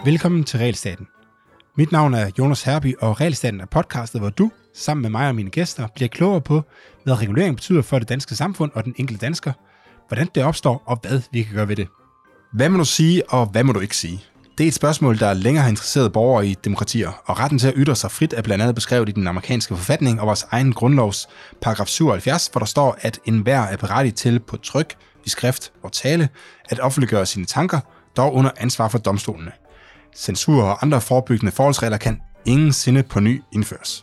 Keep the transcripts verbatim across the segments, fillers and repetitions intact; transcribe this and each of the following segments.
Velkommen til Realstaten. Mit navn er Jonas Herby, og Realstaten er podcastet, hvor du, sammen med mig og mine gæster, bliver klogere på, hvad regulering betyder for det danske samfund og den enkelte dansker, hvordan det opstår, og hvad vi kan gøre ved det. Hvad må du sige, og hvad må du ikke sige? Det er et spørgsmål, der længere har interesseret borgere i demokratier, og retten til at ytre sig frit er blandt andet beskrevet i den amerikanske forfatning og vores egen grundlovs paragraf syvoghalvfjerds, hvor der står, at enhver er berettiget til på tryk, i skrift og tale at offentliggøre sine tanker, dog under ansvar for domstolene. Censur og andre forebyggende forholdsregler kan ingensinde på ny indføres.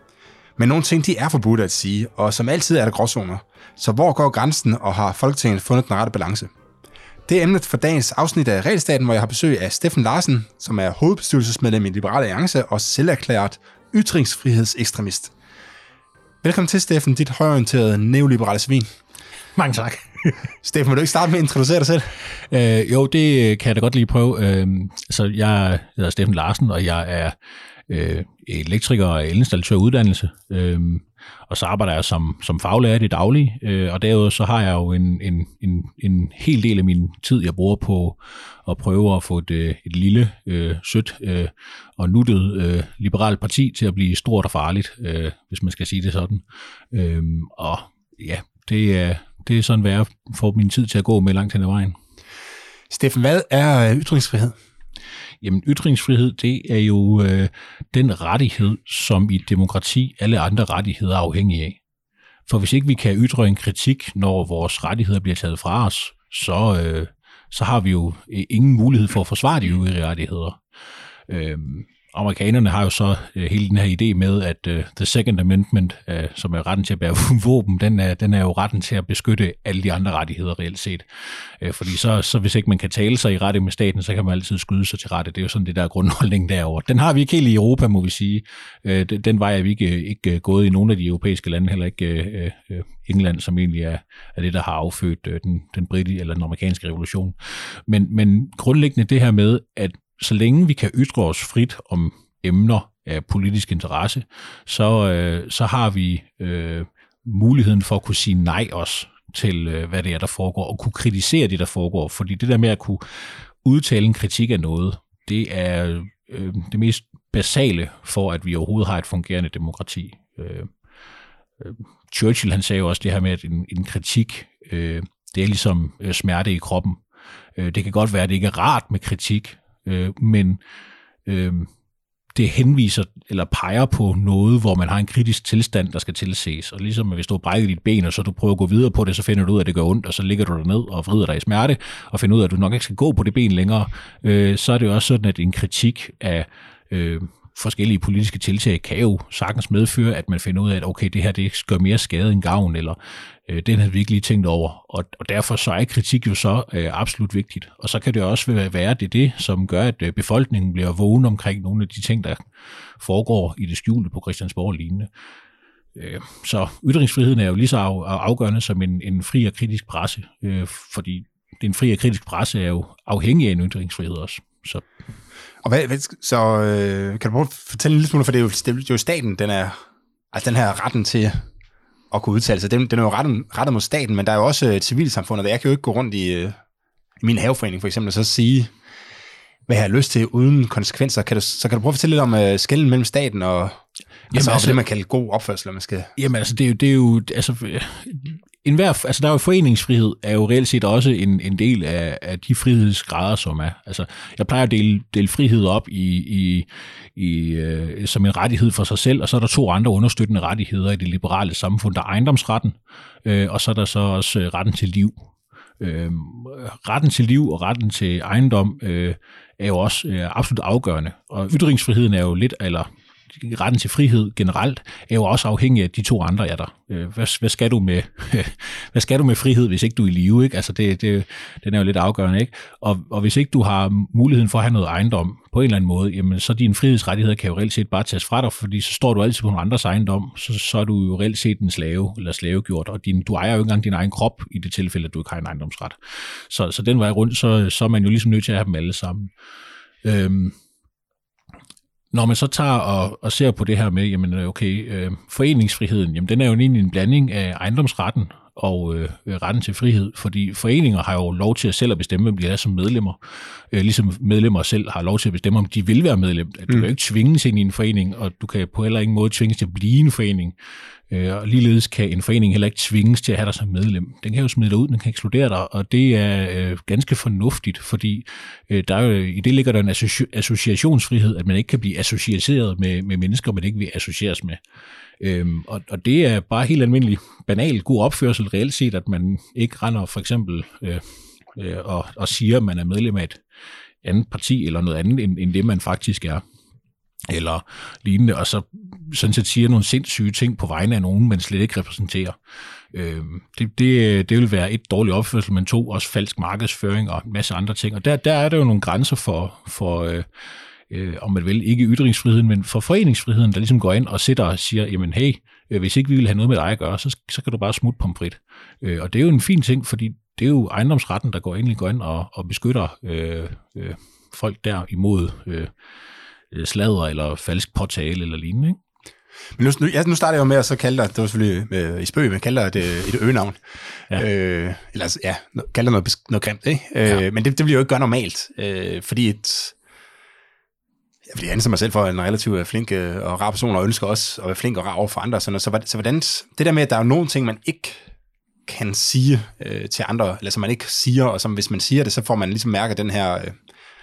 Men nogle ting, de er forbudt at sige, og som altid er der gråzoner. Så hvor går grænsen, og har Folketinget fundet den rette balance? Det er emnet for dagens afsnit af Realstaten, hvor jeg har besøg af Steffen Larsen, som er hovedbestyrelsesmedlem i Liberal Alliance og selverklæret ytringsfrihedsekstremist. Velkommen til, Steffen, dit højorienterede neoliberale svin. Mange tak. Steffen, vil du ikke starte med at introducere dig selv? Øh, jo, det kan jeg da godt lige prøve. Øh, så jeg hedder Steffen Larsen, og jeg er øh, elektriker og elinstallatør uddannelse. Øh, og så arbejder jeg som, som faglærer i det daglige. Øh, og derudover så har jeg jo en, en, en, en hel del af min tid, jeg bruger på at prøve at få et, et lille, øh, sødt øh, og nuttet øh, liberalt parti til at blive stort og farligt, øh, hvis man skal sige det sådan. Øh, og ja, det er... Det er sådan, hvad jeg får min tid til at gå med langt hen ad vejen. Steffen, hvad er ytringsfrihed? Jamen, ytringsfrihed, det er jo øh, den rettighed, som i demokrati alle andre rettigheder er afhængige af. For hvis ikke vi kan ytre en kritik, når vores rettigheder bliver taget fra os, så, øh, så har vi jo ingen mulighed for at forsvare de øvrige rettigheder. Øh, Amerikanerne har jo så uh, hele den her idé med, at uh, The Second Amendment, uh, som er retten til at bære våben, den er, den er jo retten til at beskytte alle de andre rettigheder reelt set. Uh, fordi så, så hvis ikke man kan tale sig i rette med staten, så kan man altid skyde sig til rette. Det er jo sådan det der grundholdning derovre. Den har vi ikke helt i Europa, må vi sige. Uh, den, den vej er vi ikke, ikke gået i nogle af de europæiske lande, heller ikke uh, uh, England, som egentlig er, er det, der har affødt uh, den, den britiske eller den amerikanske revolution. Men, men grundlæggende det her med, at så længe vi kan ytre os frit om emner af politisk interesse, så, øh, så har vi øh, muligheden for at kunne sige nej også til, øh, hvad det er, der foregår, og kunne kritisere det, der foregår. Fordi det der med at kunne udtale en kritik af noget, det er øh, det mest basale for, at vi overhovedet har et fungerende demokrati. Øh, øh, Churchill, han sagde jo også det her med, at en, en kritik, øh, det er ligesom øh, smerte i kroppen. Øh, det kan godt være, at det ikke er rart med kritik, Øh, men øh, det henviser eller peger på noget, hvor man har en kritisk tilstand, der skal tilses. Og ligesom hvis du brækker dit ben, og så du prøver at gå videre på det, så finder du ud af, at det gør ondt, og så ligger du der ned og vrider dig i smerte, og finder ud af, at du nok ikke skal gå på det ben længere. Øh, så er det jo også sådan, at en kritik af øh, forskellige politiske tiltag kan jo sagtens medføre, at man finder ud af, at okay, det her det gør mere skade end gavn, eller øh, det har vi ikke lige tænkt over. Og, og derfor så er kritik jo så øh, absolut vigtigt. Og så kan det også være, det det, som gør, at øh, befolkningen bliver vågen omkring nogle af de ting, der foregår i det skjulte på Christiansborg og lignende. Øh, så ytringsfriheden er jo lige så af, afgørende som en, en fri og kritisk presse, øh, fordi den fri og kritisk presse er jo afhængig af en ytringsfrihed også. Så... Og hvad, hvad, så øh, kan du prøve at fortælle en lille smule, for det er jo, det er jo staten, den er, altså den her retten til at kunne udtale sig, den, den er jo rettet, rettet mod staten, men der er jo også et civilsamfund, og jeg kan jo ikke gå rundt i, i min haveforening for eksempel, og så sige, hvad jeg har lyst til uden konsekvenser. Kan du, så kan du prøve at fortælle lidt om uh, skelnen mellem staten og, jamen, altså, altså, det, man kalder god opførsel, man skal... Jamen altså, det er jo, det er jo altså... Enhver, altså der er jo foreningsfrihed, er jo reelt set også en, en del af, af de frihedsgrader, som er. Altså, jeg plejer at dele, dele frihed op i, i, i, øh, som en rettighed for sig selv, og så er der to andre understøttende rettigheder i det liberale samfund. Der er ejendomsretten, øh, og så er der så også øh, retten til liv. Øh, retten til liv og retten til ejendom øh, er jo også øh, absolut afgørende. Og ytringsfriheden er jo lidt, eller... retten til frihed generelt er jo også afhængig af de to andre er der. Hvad, hvad, skal du med, hvad skal du med frihed, hvis ikke du er i live? Ikke? Altså det, det, den er jo lidt afgørende. Ikke? Og, og hvis ikke du har muligheden for at have noget ejendom på en eller anden måde, jamen så dine frihedsrettigheder kan jo reelt set bare tages fra dig, fordi så står du altid på nogle andres ejendom, så, så er du jo reelt set en slave eller slavegjort, og din, du ejer jo ikke engang din egen krop i det tilfælde, at du ikke har en ejendomsret. Så, så den vej rundt, så, så er man jo ligesom nødt til at have dem alle sammen. Øhm, Når man så tager og, og ser på det her med, jamen okay, øh, foreningsfriheden, jamen den er jo egentlig en blanding af ejendomsretten og øh, retten til frihed, fordi foreninger har jo lov til at selv at bestemme, hvem de er som medlemmer, øh, ligesom medlemmer selv har lov til at bestemme, om de vil være medlem. Du kan jo ikke tvinges ind i en forening, og du kan på heller ingen måde tvinges til at blive en forening, øh, og ligeledes kan en forening heller ikke tvinges til at have dig som medlem. Den kan jo smide dig ud, den kan ekskludere dig, og det er øh, ganske fornuftigt, fordi øh, der er jo, i det ligger der en associ- associationsfrihed, at man ikke kan blive associeret med, med mennesker, man ikke vil associeres med. Øhm, og, og det er bare helt almindelig banal god opførsel reelt set, at man ikke render for eksempel øh, øh, og, og siger, at man er medlem af et andet parti eller noget andet, end, end det man faktisk er, eller lignende, og så sådan set siger nogle sindssyge ting på vegne af nogen, man slet ikke repræsenterer. Øhm, det, det, det vil være et dårligt opførsel, men to, også falsk markedsføring og en masse andre ting, og der, der er der jo nogle grænser for, for øh, Øh, om man vil, ikke ytringsfriheden, men for foreningsfriheden, der ligesom går ind og sidder og siger, jamen hey, øh, hvis ikke vi vil have noget med dig at gøre, så, så kan du bare smutte pomfrit. Øh, og det er jo en fin ting, fordi det er jo ejendomsretten, der går egentlig går ind og, og beskytter øh, øh, folk der imod øh, sladder eller falsk påtale eller lignende, ikke? Men nu, nu, ja, nu starter jeg jo med at så kalde dig, det var selvfølgelig øh, i spøg, men kalde dig et, et øgenavn. Ja. Øh, eller ja, kalde dig noget, noget grimt, ikke? Øh, ja. Men det, det vil jeg jo ikke gøre normalt, øh, fordi et Ja, fordi jeg anser mig selv for en relativt flink og rar person, og ønsker også at være flink og rar over for andre. Sådan, så, så hvordan, det der med, at der er nogle ting, man ikke kan sige øh, til andre, eller som man ikke siger, og som hvis man siger det, så får man ligesom mærke den her, øh,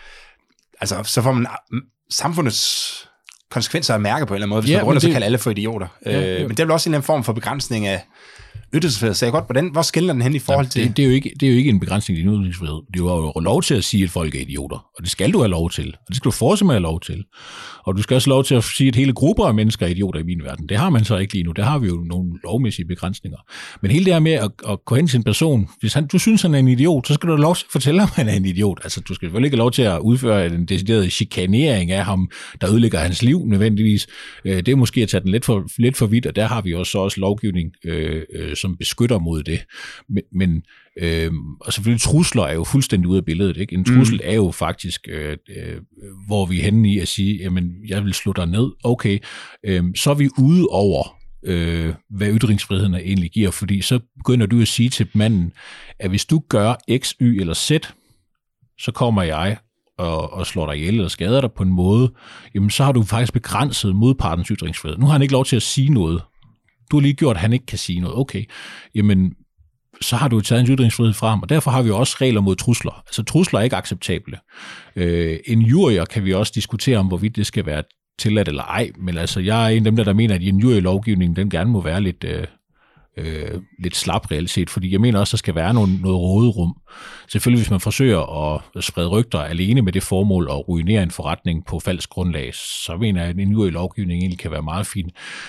altså så får man samfundets konsekvenser at mærke på en eller anden måde, hvis ja, man begynder det... at kalde alle for idioter. Ja, øh, men det er vel også en eller anden form for begrænsning af ytringsfrihed. Så jeg godt, hvordan, hvor skiller den hen i forhold til... Det, det, er jo ikke, det er jo ikke en begrænsning i din ytringsfrihed. Det er jo lov til at sige, at folk er idioter. Og det skal du have lov til. Og det skal du fortsætte med at have lov til. Og du skal også have lov til at sige, at hele grupper af mennesker er idioter i min verden. Det har man så ikke lige nu. Der har vi jo nogle lovmæssige begrænsninger. Men hele det her med at, at gå hen til en person, hvis han, du synes, han er en idiot, så skal du have lov til at fortælle ham, at han er en idiot. Altså, du skal selvfølgelig ikke have lov til at udføre en decideret chikanering af ham, der ødelægger hans liv nødvendigvis. Det er måske at tage den lidt for, lidt for vidt, og der har vi også, også lovgivning, øh, øh, som beskytter mod det. Men, men øh, og selvfølgelig trusler er jo fuldstændig ude af billedet, ikke? En trussel mm. er jo faktisk, øh, øh, hvor vi er henne i at sige, jamen, jeg vil slå dig ned. Okay, øh, så er vi ude over, øh, hvad ytringsfriheden egentlig giver, fordi så begynder du at sige til manden, at hvis du gør X, Y eller Z, så kommer jeg og, og slår dig ihjel eller skader dig på en måde, jamen så har du faktisk begrænset modpartens ytringsfrihed. Nu har han ikke lov til at sige noget. Du har lige gjort, at han ikke kan sige noget. Okay, jamen, så har du taget en ytringsfrihed frem, og derfor har vi også regler mod trusler. Altså, trusler er ikke acceptable. Øh, en jurier kan vi også diskutere om, hvorvidt det skal være tilladt eller ej, men altså, jeg er en af dem, der, der mener, at i en jurylovgivning, den gerne må være lidt, øh, øh, lidt slap reelt set, fordi jeg mener også, der skal være noget, noget råderum. Selvfølgelig, hvis man forsøger at sprede rygter alene med det formål at ruinere en forretning på falsk grundlag, så mener jeg, at en jurylovgivning egentlig kan være meget fin.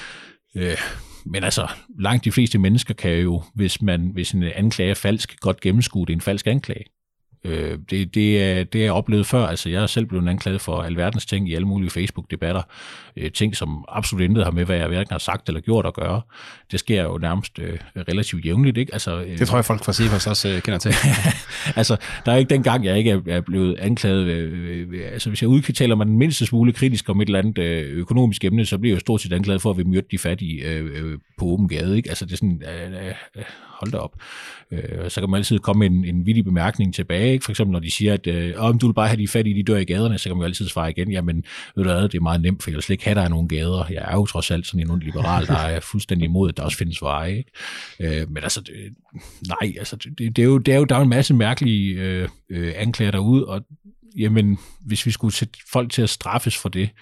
Øh, Men altså, langt de fleste mennesker kan jo, hvis man hvis en anklage er falsk, godt gennemskue det en falsk anklage. Øh, det, det, er, det er jeg oplevet før. Altså, jeg er selv blevet anklaget for alverdens ting i alle mulige Facebook-debatter. Øh, ting, som absolut intet har med, hvad jeg hverken har sagt eller gjort at gøre. Det sker jo nærmest øh, relativt jævnligt, ikke? Altså, øh, det tror jeg, folk fra Cepos også øh, kender til. Altså, der er ikke dengang, jeg ikke er, er blevet anklaget. Øh, øh, altså, hvis jeg udtaler mig den mindste smule kritisk om et eller andet øh, økonomisk emne, så bliver jeg jo stort set anklaget for, at vi myrder de fattige øh, øh, på åben gade, ikke? Altså, det er sådan, øh, øh, hold da op. Øh, så kan man altid komme med en, en vittig bemærkning tilbage, ikke? For eksempel, når de siger, at øh, om du vil bare have de fattige, de dør i gaderne, så kan man jo altid svare igen, jamen, ved du hvad, det er meget nemt, for jeg vil slet ikke have, der er nogen gader. Jeg er jo trods alt sådan en liberal, der er fuldstændig imod, at der også findes veje, ikke? Øh, men altså, det, nej, altså, det, det, er jo, det er jo, der er jo en masse mærkelige øh, øh, anklager derude, og jamen, hvis vi skulle sætte folk til at straffes for det,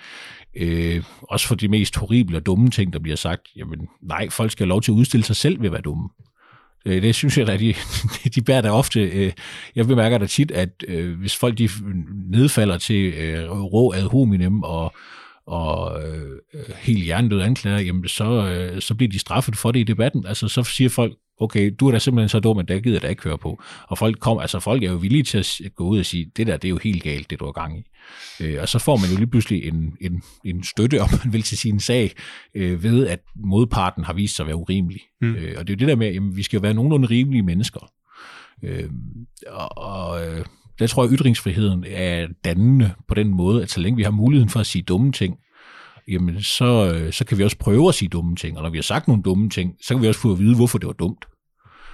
øh, også for de mest horrible og dumme ting, der bliver sagt, jamen, nej, folk skal have lov til at udstille sig selv ved at være dumme. Det synes jeg, at de, de bærer da ofte. Jeg bemærker da tit, at øh, hvis folk de nedfalder til øh, rå ad hominem og, og øh, helt hjernedøde anklager, jamen så, øh, så bliver de straffet for det i debatten. Altså så siger folk, okay, du er da simpelthen så dum, at der gider jeg da ikke høre på. Og folk, kom, altså, folk er jo villige til at gå ud og sige, det der, det er jo helt galt, det du er gang i. Øh, og så får man jo lige pludselig en, en, en støtte, om man vil til sin sag, øh, ved at modparten har vist sig at være urimelig. Mm. Øh, og det er jo det der med, at vi skal jo være nogenlunde rimelige mennesker. Øh, og og øh, der tror jeg, at ytringsfriheden er dannende på den måde, at så længe vi har muligheden for at sige dumme ting, jamen så, så kan vi også prøve at sige dumme ting. Og når vi har sagt nogle dumme ting, så kan vi også få at vide, hvorfor det var dumt.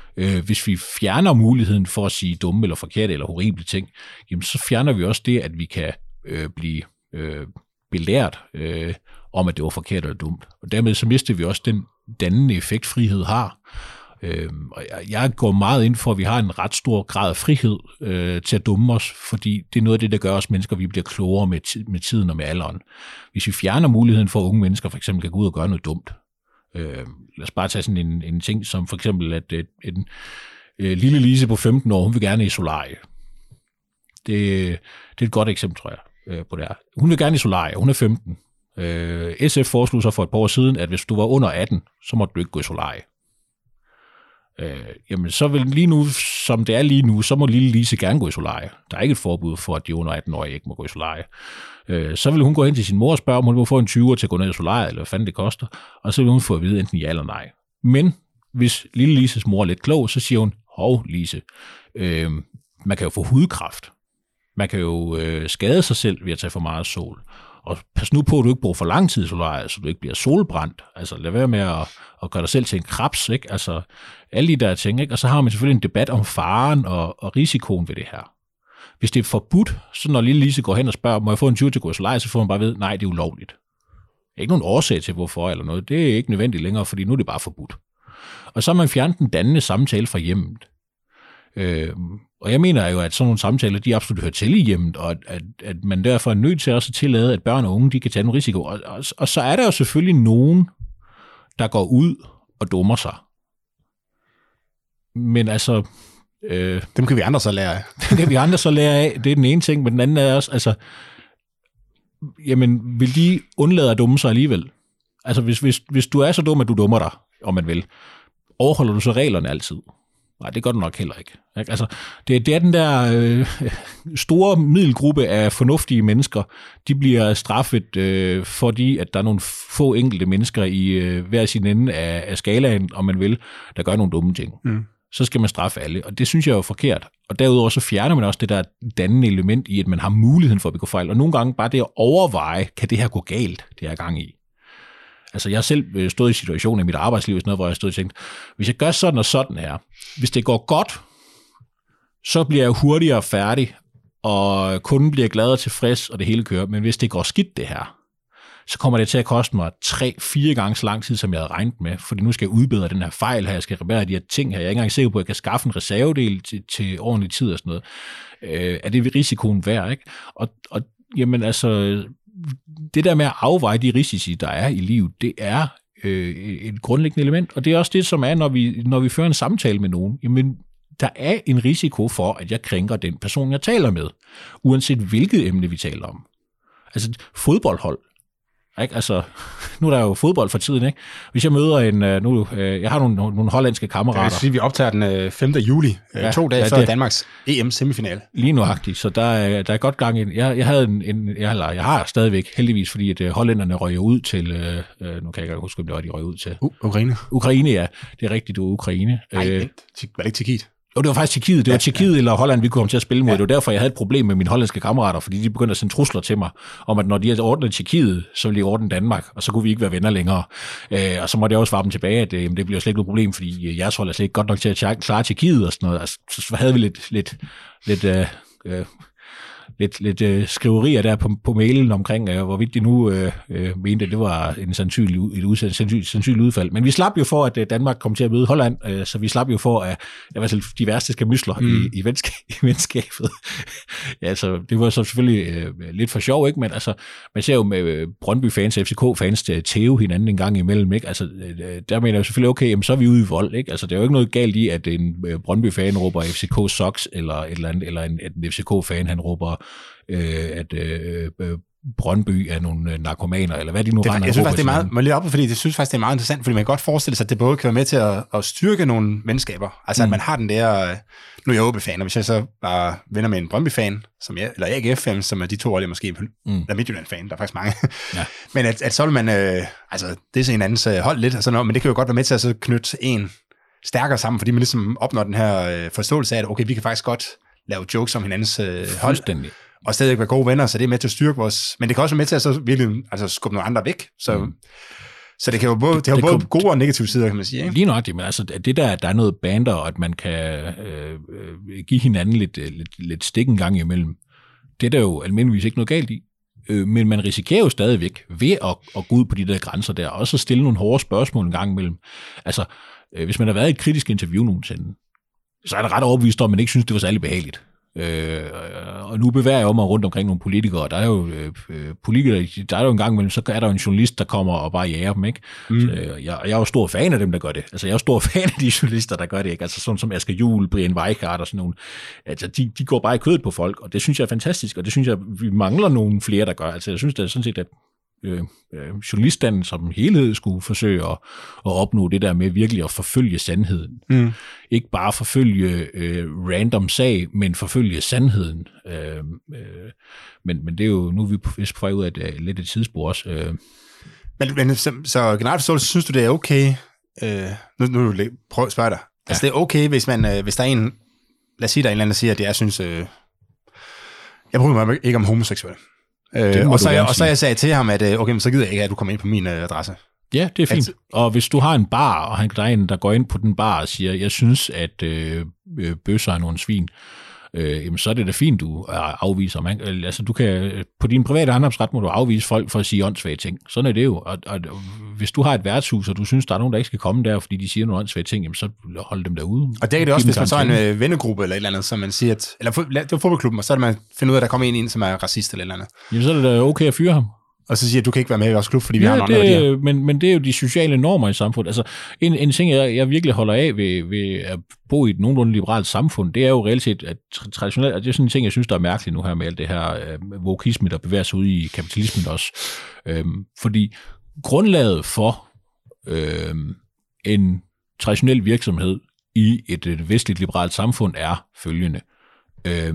Øh, hvis vi fjerner muligheden for at sige dumme eller forkerte eller horrible ting, jamen så fjerner vi også det, at vi kan øh, blive øh, belært øh, om, at det var forkert eller dumt. Og dermed så mister vi også den dannende effekt, frihed har. Øh, og jeg går meget ind for, at vi har en ret stor grad af frihed øh, til at dumme os, fordi det er noget af det, der gør os mennesker, vi bliver klogere med, t- med tiden og med alderen. Hvis vi fjerner muligheden for, at unge mennesker for eksempel kan gå ud og gøre noget dumt. Øh, lad os bare tage sådan en, en ting som for eksempel, at et, en øh, lille Lise på femten år, hun vil gerne i solarie. Det, det er et godt eksempel, tror jeg, øh, på det her. Hun vil gerne i solarie, hun er femten. Øh, S F foreslog så for et par år siden, at hvis du var under atten, så måtte du ikke gå i solarie. Øh, jamen så vil lige nu, som det er lige nu, så må lille Lise gerne gå i solarie. Der er ikke et forbud for, at de under atten-årige ikke må gå i solarie. Øh, så vil hun gå hen til sin mor og spørge, om hun må få en tyver til at gå ned i solarie, eller hvad fanden det koster, og så vil hun få at vide enten ja eller nej. Men hvis lille Lises mor er lidt klog, så siger hun, hov Lise, øh, man kan jo få hudkræft. Man kan jo øh, skade sig selv ved at tage for meget sol. Og pas nu på, at du ikke bruger for lang tid i solarie, så du ikke bliver solbrændt. Altså lad være med at, at gøre dig selv til en krebs, ikke? Altså alle de der ting, ikke? Og så har man selvfølgelig en debat om faren og, og risikoen ved det her. Hvis det er forbudt, så når lille Lise går hen og spørger, må jeg få en tyve til at gå i solarie, så får man bare ved, nej, det er ulovligt. Ikke nogen årsag til hvorfor eller noget. Det er ikke nødvendigt længere, fordi nu er det bare forbudt. Og så har man fjernet den dannende samtale fra hjemmet. Øh, og jeg mener jo, at sådan nogle samtaler, de absolut hører til i hjemmet, og at, at, at man derfor er nødt til også at tillade, at børn og unge, de kan tage en risiko. Og, og, og så er der jo selvfølgelig nogen, der går ud og dummer sig. Men altså... Øh, Dem kan vi andre så lære af. Dem kan vi andre så lære af. Det er den ene ting, men den anden er også, altså... Jamen, vil de undlade at dumme sig alligevel? Altså, hvis, hvis, hvis du er så dum, at du dummer dig, om man vil, overholder du så reglerne altid? Nej, det gør du nok heller ikke. Altså, det, det er den der øh, store middelgruppe af fornuftige mennesker, de bliver straffet, øh, fordi at der er nogle få enkelte mennesker i øh, hver sin ende af, af skalaen, om man vil, der gør nogle dumme ting. Mm. Så skal man straffe alle, og det synes jeg er forkert. Og derudover så fjerner man også det der dannende element i, at man har muligheden for at begå fejl. Og nogle gange bare det at overveje, kan det her gå galt, det er gang i. Altså, jeg har selv stået i situationer i mit arbejdsliv, sådan noget, hvor jeg stod og tænkt, hvis jeg gør sådan og sådan her, hvis det går godt, så bliver jeg hurtigere færdig, og kunden bliver glad og tilfreds, og det hele kører. Men hvis det går skidt, det her, så kommer det til at koste mig tre, fire gange så lang tid, som jeg havde regnet med, fordi nu skal jeg udbedre den her fejl her, jeg skal reparere de her ting her, jeg er ikke engang sikker på, at jeg kan skaffe en reservedel til, til ordentlig tid og sådan noget. Øh, er det risikoen værd, ikke? Og, og jamen altså... Det der med at afveje de risici, der er i livet, det er øh, et grundlæggende element, og det er også det, som er, når vi, når vi fører en samtale med nogen. Jamen, der er en risiko for, at jeg krænker den person, jeg taler med, uanset hvilket emne vi taler om. Altså, fodboldhold. Ikke? Altså, nu er der jo fodbold for tiden, ikke? Hvis jeg møder en... Nu, jeg har nogle, nogle hollandske kammerater. Jeg vil sige, vi optager den femte juli, ja, to dage ja, før det, Danmarks E M-semifinale. Lige nuagtigt, så der er, der er godt gang i... Jeg, jeg, havde en, en, jeg, eller, jeg har stadigvæk, heldigvis, fordi at hollænderne røg ud til... Øh, nu kan jeg ikke huske, om det var, de røg ud til... Uh, Ukraine. Ukraine, ja. Det er rigtigt, du er Ukraine. Nej, øh, var det ikke Tjekkiet? Jo, det var faktisk Tjekkiet. Det var ja, Tjekkiet ja. eller Holland, vi kunne komme til at spille mod. Ja. Det var derfor, jeg havde et problem med mine hollandske kammerater, fordi de begyndte at sende trusler til mig, om at når de havde ordnet Tjekkiet, så ville de ordne Danmark, og så kunne vi ikke være venner længere. Øh, og så måtte jeg også svare dem tilbage, at øh, det bliver slet ikke noget problem, fordi jeres hold er slet ikke godt nok til at klare Tjekkiet og sådan noget. Altså, så havde vi lidt... lidt, lidt øh, øh, lidt, lidt øh, skriverier der på, på mailen omkring, øh, hvorvidt de nu øh, øh, mente, at det var en sandsynlig, et udsat, sandsynlig, sandsynlig udfald. Men vi slap jo for, at øh, Danmark kom til at møde Holland, øh, så vi slap jo for, at der var de værste skamysler mm. i, i, venskab, i venskabet. Ja, altså, det var så selvfølgelig øh, lidt for sjov, ikke? Men altså, man ser jo med øh, Brøndby-fans og F C K-fans til tæve hinanden en gang imellem, ikke? Altså, øh, der mener jeg jo selvfølgelig, okay, jamen, så er vi ude i vold, ikke? Altså, det er jo ikke noget galt i, at en øh, Brøndby-fan råber F C K Sox, eller, et eller, andet, eller en, en F C K-fan, han råber Øh, at øh, øh, Brøndby er nogle narkomaner, eller hvad de nu det, render. Jeg synes faktisk, det er meget, må lige op, fordi det synes faktisk, det er meget interessant, fordi man kan godt forestille sig, at det både kan være med til at, at styrke nogle venskaber. Altså, mm. at man har den der, nu er jeg O B-fan, og hvis jeg så bare venner med en Brøndby-fan, som jeg, eller A G F-fan, som er de to, eller måske, mm. der er Midtjylland-fan, der er faktisk mange. Ja. Men at, at så vil man, øh, altså, det er så en andens øh, hold lidt, og sådan noget, men det kan jo godt være med til at så knytte en stærkere sammen, fordi man ligesom opnår den her øh, forståelse af, at okay, vi kan faktisk godt lave jokes om hinandens øh, hold. Og stadig være gode venner, så det er med til at styrke vores... Men det kan også være med til at så virkelig altså, skubbe nogle andre væk. Så, mm. Så det kan jo både, det, det har både gode og negative sider, kan man sige. Ikke? Lige nøjagtigt, men altså det der, der er noget bander, og at man kan øh, give hinanden lidt, lidt, lidt stik en gang imellem, det er der jo almindeligvis ikke noget galt i. Øh, men man risikerer jo stadigvæk ved at, at gå ud på de der grænser der, og så stille nogle hårde spørgsmål en gang imellem. Altså, øh, hvis man har været i et kritisk interview nogensinde, så er det ret overbevist om, at man ikke synes, det var særlig behageligt. Øh, og nu bevæger jeg jo mig rundt omkring nogle politikere, og der er jo øh, politikere, der er jo en gang imellem, så er der jo en journalist, der kommer og bare jager dem, ikke? Mm. Så, jeg, jeg er jo stor fan af dem, der gør det. Altså, jeg er jo stor fan af de journalister, der gør det, ikke? Altså, sådan som Asger Juhl, Brian Weikart og sådan nogle. Altså, de, de går bare i kødet på folk, og det synes jeg er fantastisk, og det synes jeg, vi mangler nogle flere, der gør. Altså, jeg synes, det er sådan set, at Øh, øh, journaliststanden som helhed skulle forsøge at, at opnå det der med virkelig at forfølge sandheden. Mm. Ikke bare forfølge øh, random sag, men forfølge sandheden. Øh, øh, men, men det er jo, nu er vi på, på vej ud af et, lidt et tidsspor også. Øh. Men, men så, så generelt forståelse, synes du, det er okay? Øh, nu, nu prøv at spørge dig. Ja. Altså, det er okay, hvis, man, øh, hvis der er en, lad os sige, der er en eller anden, der siger, at jeg synes, øh, jeg bryder mig ikke om homoseksuelle. Øh, og, så jeg, og så jeg sagde til ham, at okay, så gider jeg ikke, at du kommer ind på min øh, adresse. Ja, det er fint. At, og hvis du har en bar, og han, der er en, der går ind på den bar og siger, jeg synes, at øh, bøsser er nogle svin, øh, jamen, så er det da fint, du afviser. Man, altså, du kan, på din private ejendomsret må du afvise folk for at sige åndssvage ting. Sådan er det jo. Og, og hvis du har et værtshus, og du synes, der er nogen, der ikke skal komme der, fordi de siger nogle åndssvage ting, jamen, så hold dem derude. Og det er det også, hvis man så er en øh, vennegruppe eller et eller andet, så man siger, at, eller det var fodboldklubben, og så er det, man finder ud af, at der kommer en ind, som er racist eller et eller andet. Jamen, så er det da okay at fyre ham. Og så siger at du kan ikke være med i vores klub, fordi vi ja, har nogle det, andre værdier. Men, men det er jo de sociale normer i samfundet. Altså, en, en ting, jeg, jeg virkelig holder af ved, ved at bo i et nogenlunde liberalt samfund, det er jo reelt set, at traditionelt, at det er sådan en ting, jeg synes, der er mærkeligt nu her med alt det her øh, wokisme, der bevæger sig ud i kapitalismen også. Øhm, fordi grundlaget for øh, en traditionel virksomhed i et, et vestligt liberalt samfund er følgende. Øh,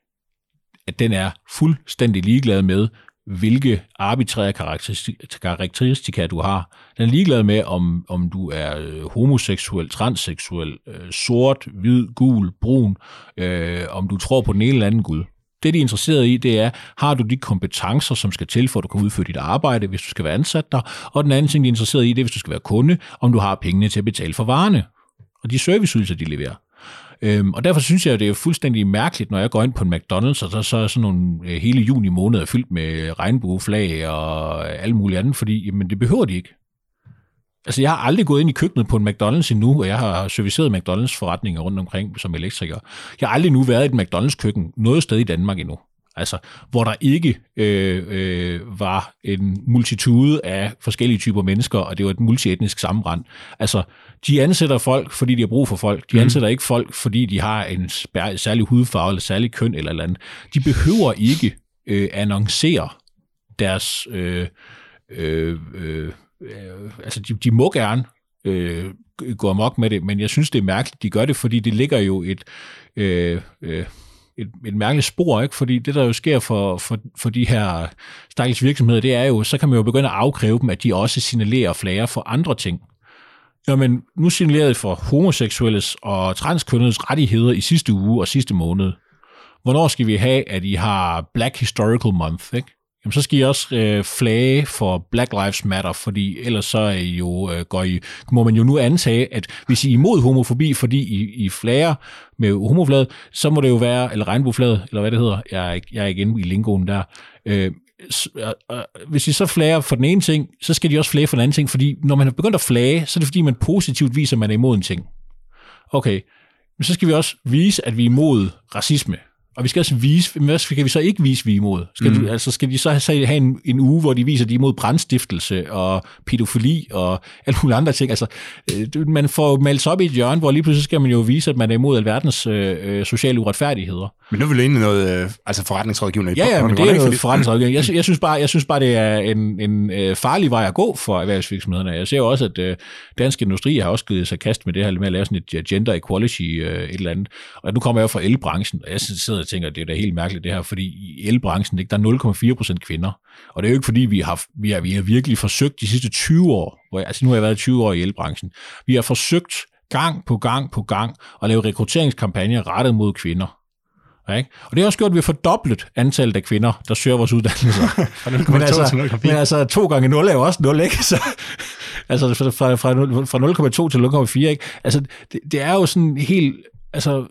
at den er fuldstændig ligeglad med, hvilke arbitrære karakteristika du har. Den er ligeglad med, om, om du er homoseksuel, transseksuel, øh, sort, hvid, gul, brun, øh, om du tror på den ene eller anden gud. Det, de er interesseret i, det er, har du de kompetencer, som skal til, for at du kan udføre dit arbejde, hvis du skal være ansat der, og den anden ting, de er interesseret i, det er, hvis du skal være kunde, om du har pengene til at betale for varerne, og de serviceydelser, de leverer. Øhm, og derfor synes jeg, at det er fuldstændig mærkeligt, når jeg går ind på en McDonald's, og så, så er sådan nogle øh, hele juni måned er fyldt med regnbueflag og alt muligt andet, fordi jamen, det behøver de ikke. Altså, jeg har aldrig gået ind i køkkenet på en McDonald's endnu, og jeg har serviceret McDonald's-forretninger rundt omkring som elektriker. Jeg har aldrig nu været i et McDonald's-køkken noget sted i Danmark endnu. Altså, hvor der ikke øh, øh, var en multitude af forskellige typer mennesker, og det var et multietnisk sammenbrand. Altså, de ansætter folk, fordi de har brug for folk. De ansætter mm. ikke folk, fordi de har en særlig hudfarve, eller særlig køn, eller andet. De behøver ikke øh, annoncere deres... Øh, øh, øh, øh, altså, de, de må gerne øh, gå amok med det, men jeg synes, det er mærkeligt, de gør det, fordi det ligger jo et... Øh, øh, Et, et mærkeligt spor, ikke? Fordi det, der jo sker for, for, for de her stakkels virksomheder, det er jo, så kan man jo begynde at afkræve dem, at de også signalerer og flager for andre ting. Jamen, nu signalerede det for homoseksuelles og transkønnedes rettigheder i sidste uge og sidste måned. Hvornår skal vi have, at I har Black Historical Month, ikke? Jamen, så skal I også øh, flage for Black Lives Matter, fordi ellers så er I jo, øh, går I, må man jo nu antage, at hvis I er imod homofobi, fordi I, I flager med homoflaget, så må det jo være, eller regnbueflaget, eller hvad det hedder, jeg er ikke, jeg er ikke inde i lingoen der. Øh, så, øh, hvis I så flager for den ene ting, så skal de også flage for den anden ting, fordi når man har begyndt at flage, så er det fordi, man positivt viser, at man er imod en ting. Okay, men så skal vi også vise, at vi er imod racisme. Og vi skal også vise, hvad skal vi så ikke vise, vi er imod? Skal, mm. du, altså skal de så have en, en uge, hvor de viser, at de er imod brandstiftelse og pædofili og alle mulige andre ting? Altså, man får malet sig op i et hjørne, hvor lige pludselig skal man jo vise, at man er imod alverdens øh, sociale uretfærdigheder. Men nu vil du egentlig noget øh, altså forretningsrådgivning. Ja, ja, men det er noget forretningsrådgivning. Jeg, jeg, synes bare, jeg synes bare, det er en, en øh, farlig vej at gå for erhvervsvirksomhederne. Jeg ser jo også, at øh, Dansk Industri har også givet sig kast med det her med at lave sådan et gender equality øh, et eller andet. Og nu kommer jeg jo fra elbranchen, og jeg sidder og tænker, at det er da helt mærkeligt det her, fordi i elbranchen, der er nul komma fire procent kvinder. Og det er jo ikke fordi, vi har, vi har, vi har virkelig forsøgt de sidste tyve år, hvor jeg, altså nu har jeg været tyve år i elbranchen, vi har forsøgt gang på gang på gang at lave rekrutteringskampagner rettet mod kvinder. Ikke? Og det har også gjort, at vi har fordoblet antallet af kvinder, der søger vores uddannelser. men, altså, men altså to gange nul er jo også nul, ikke? Så, altså fra, fra, fra nul komma to til nul komma fire, ikke? Altså det, det er jo sådan helt, altså...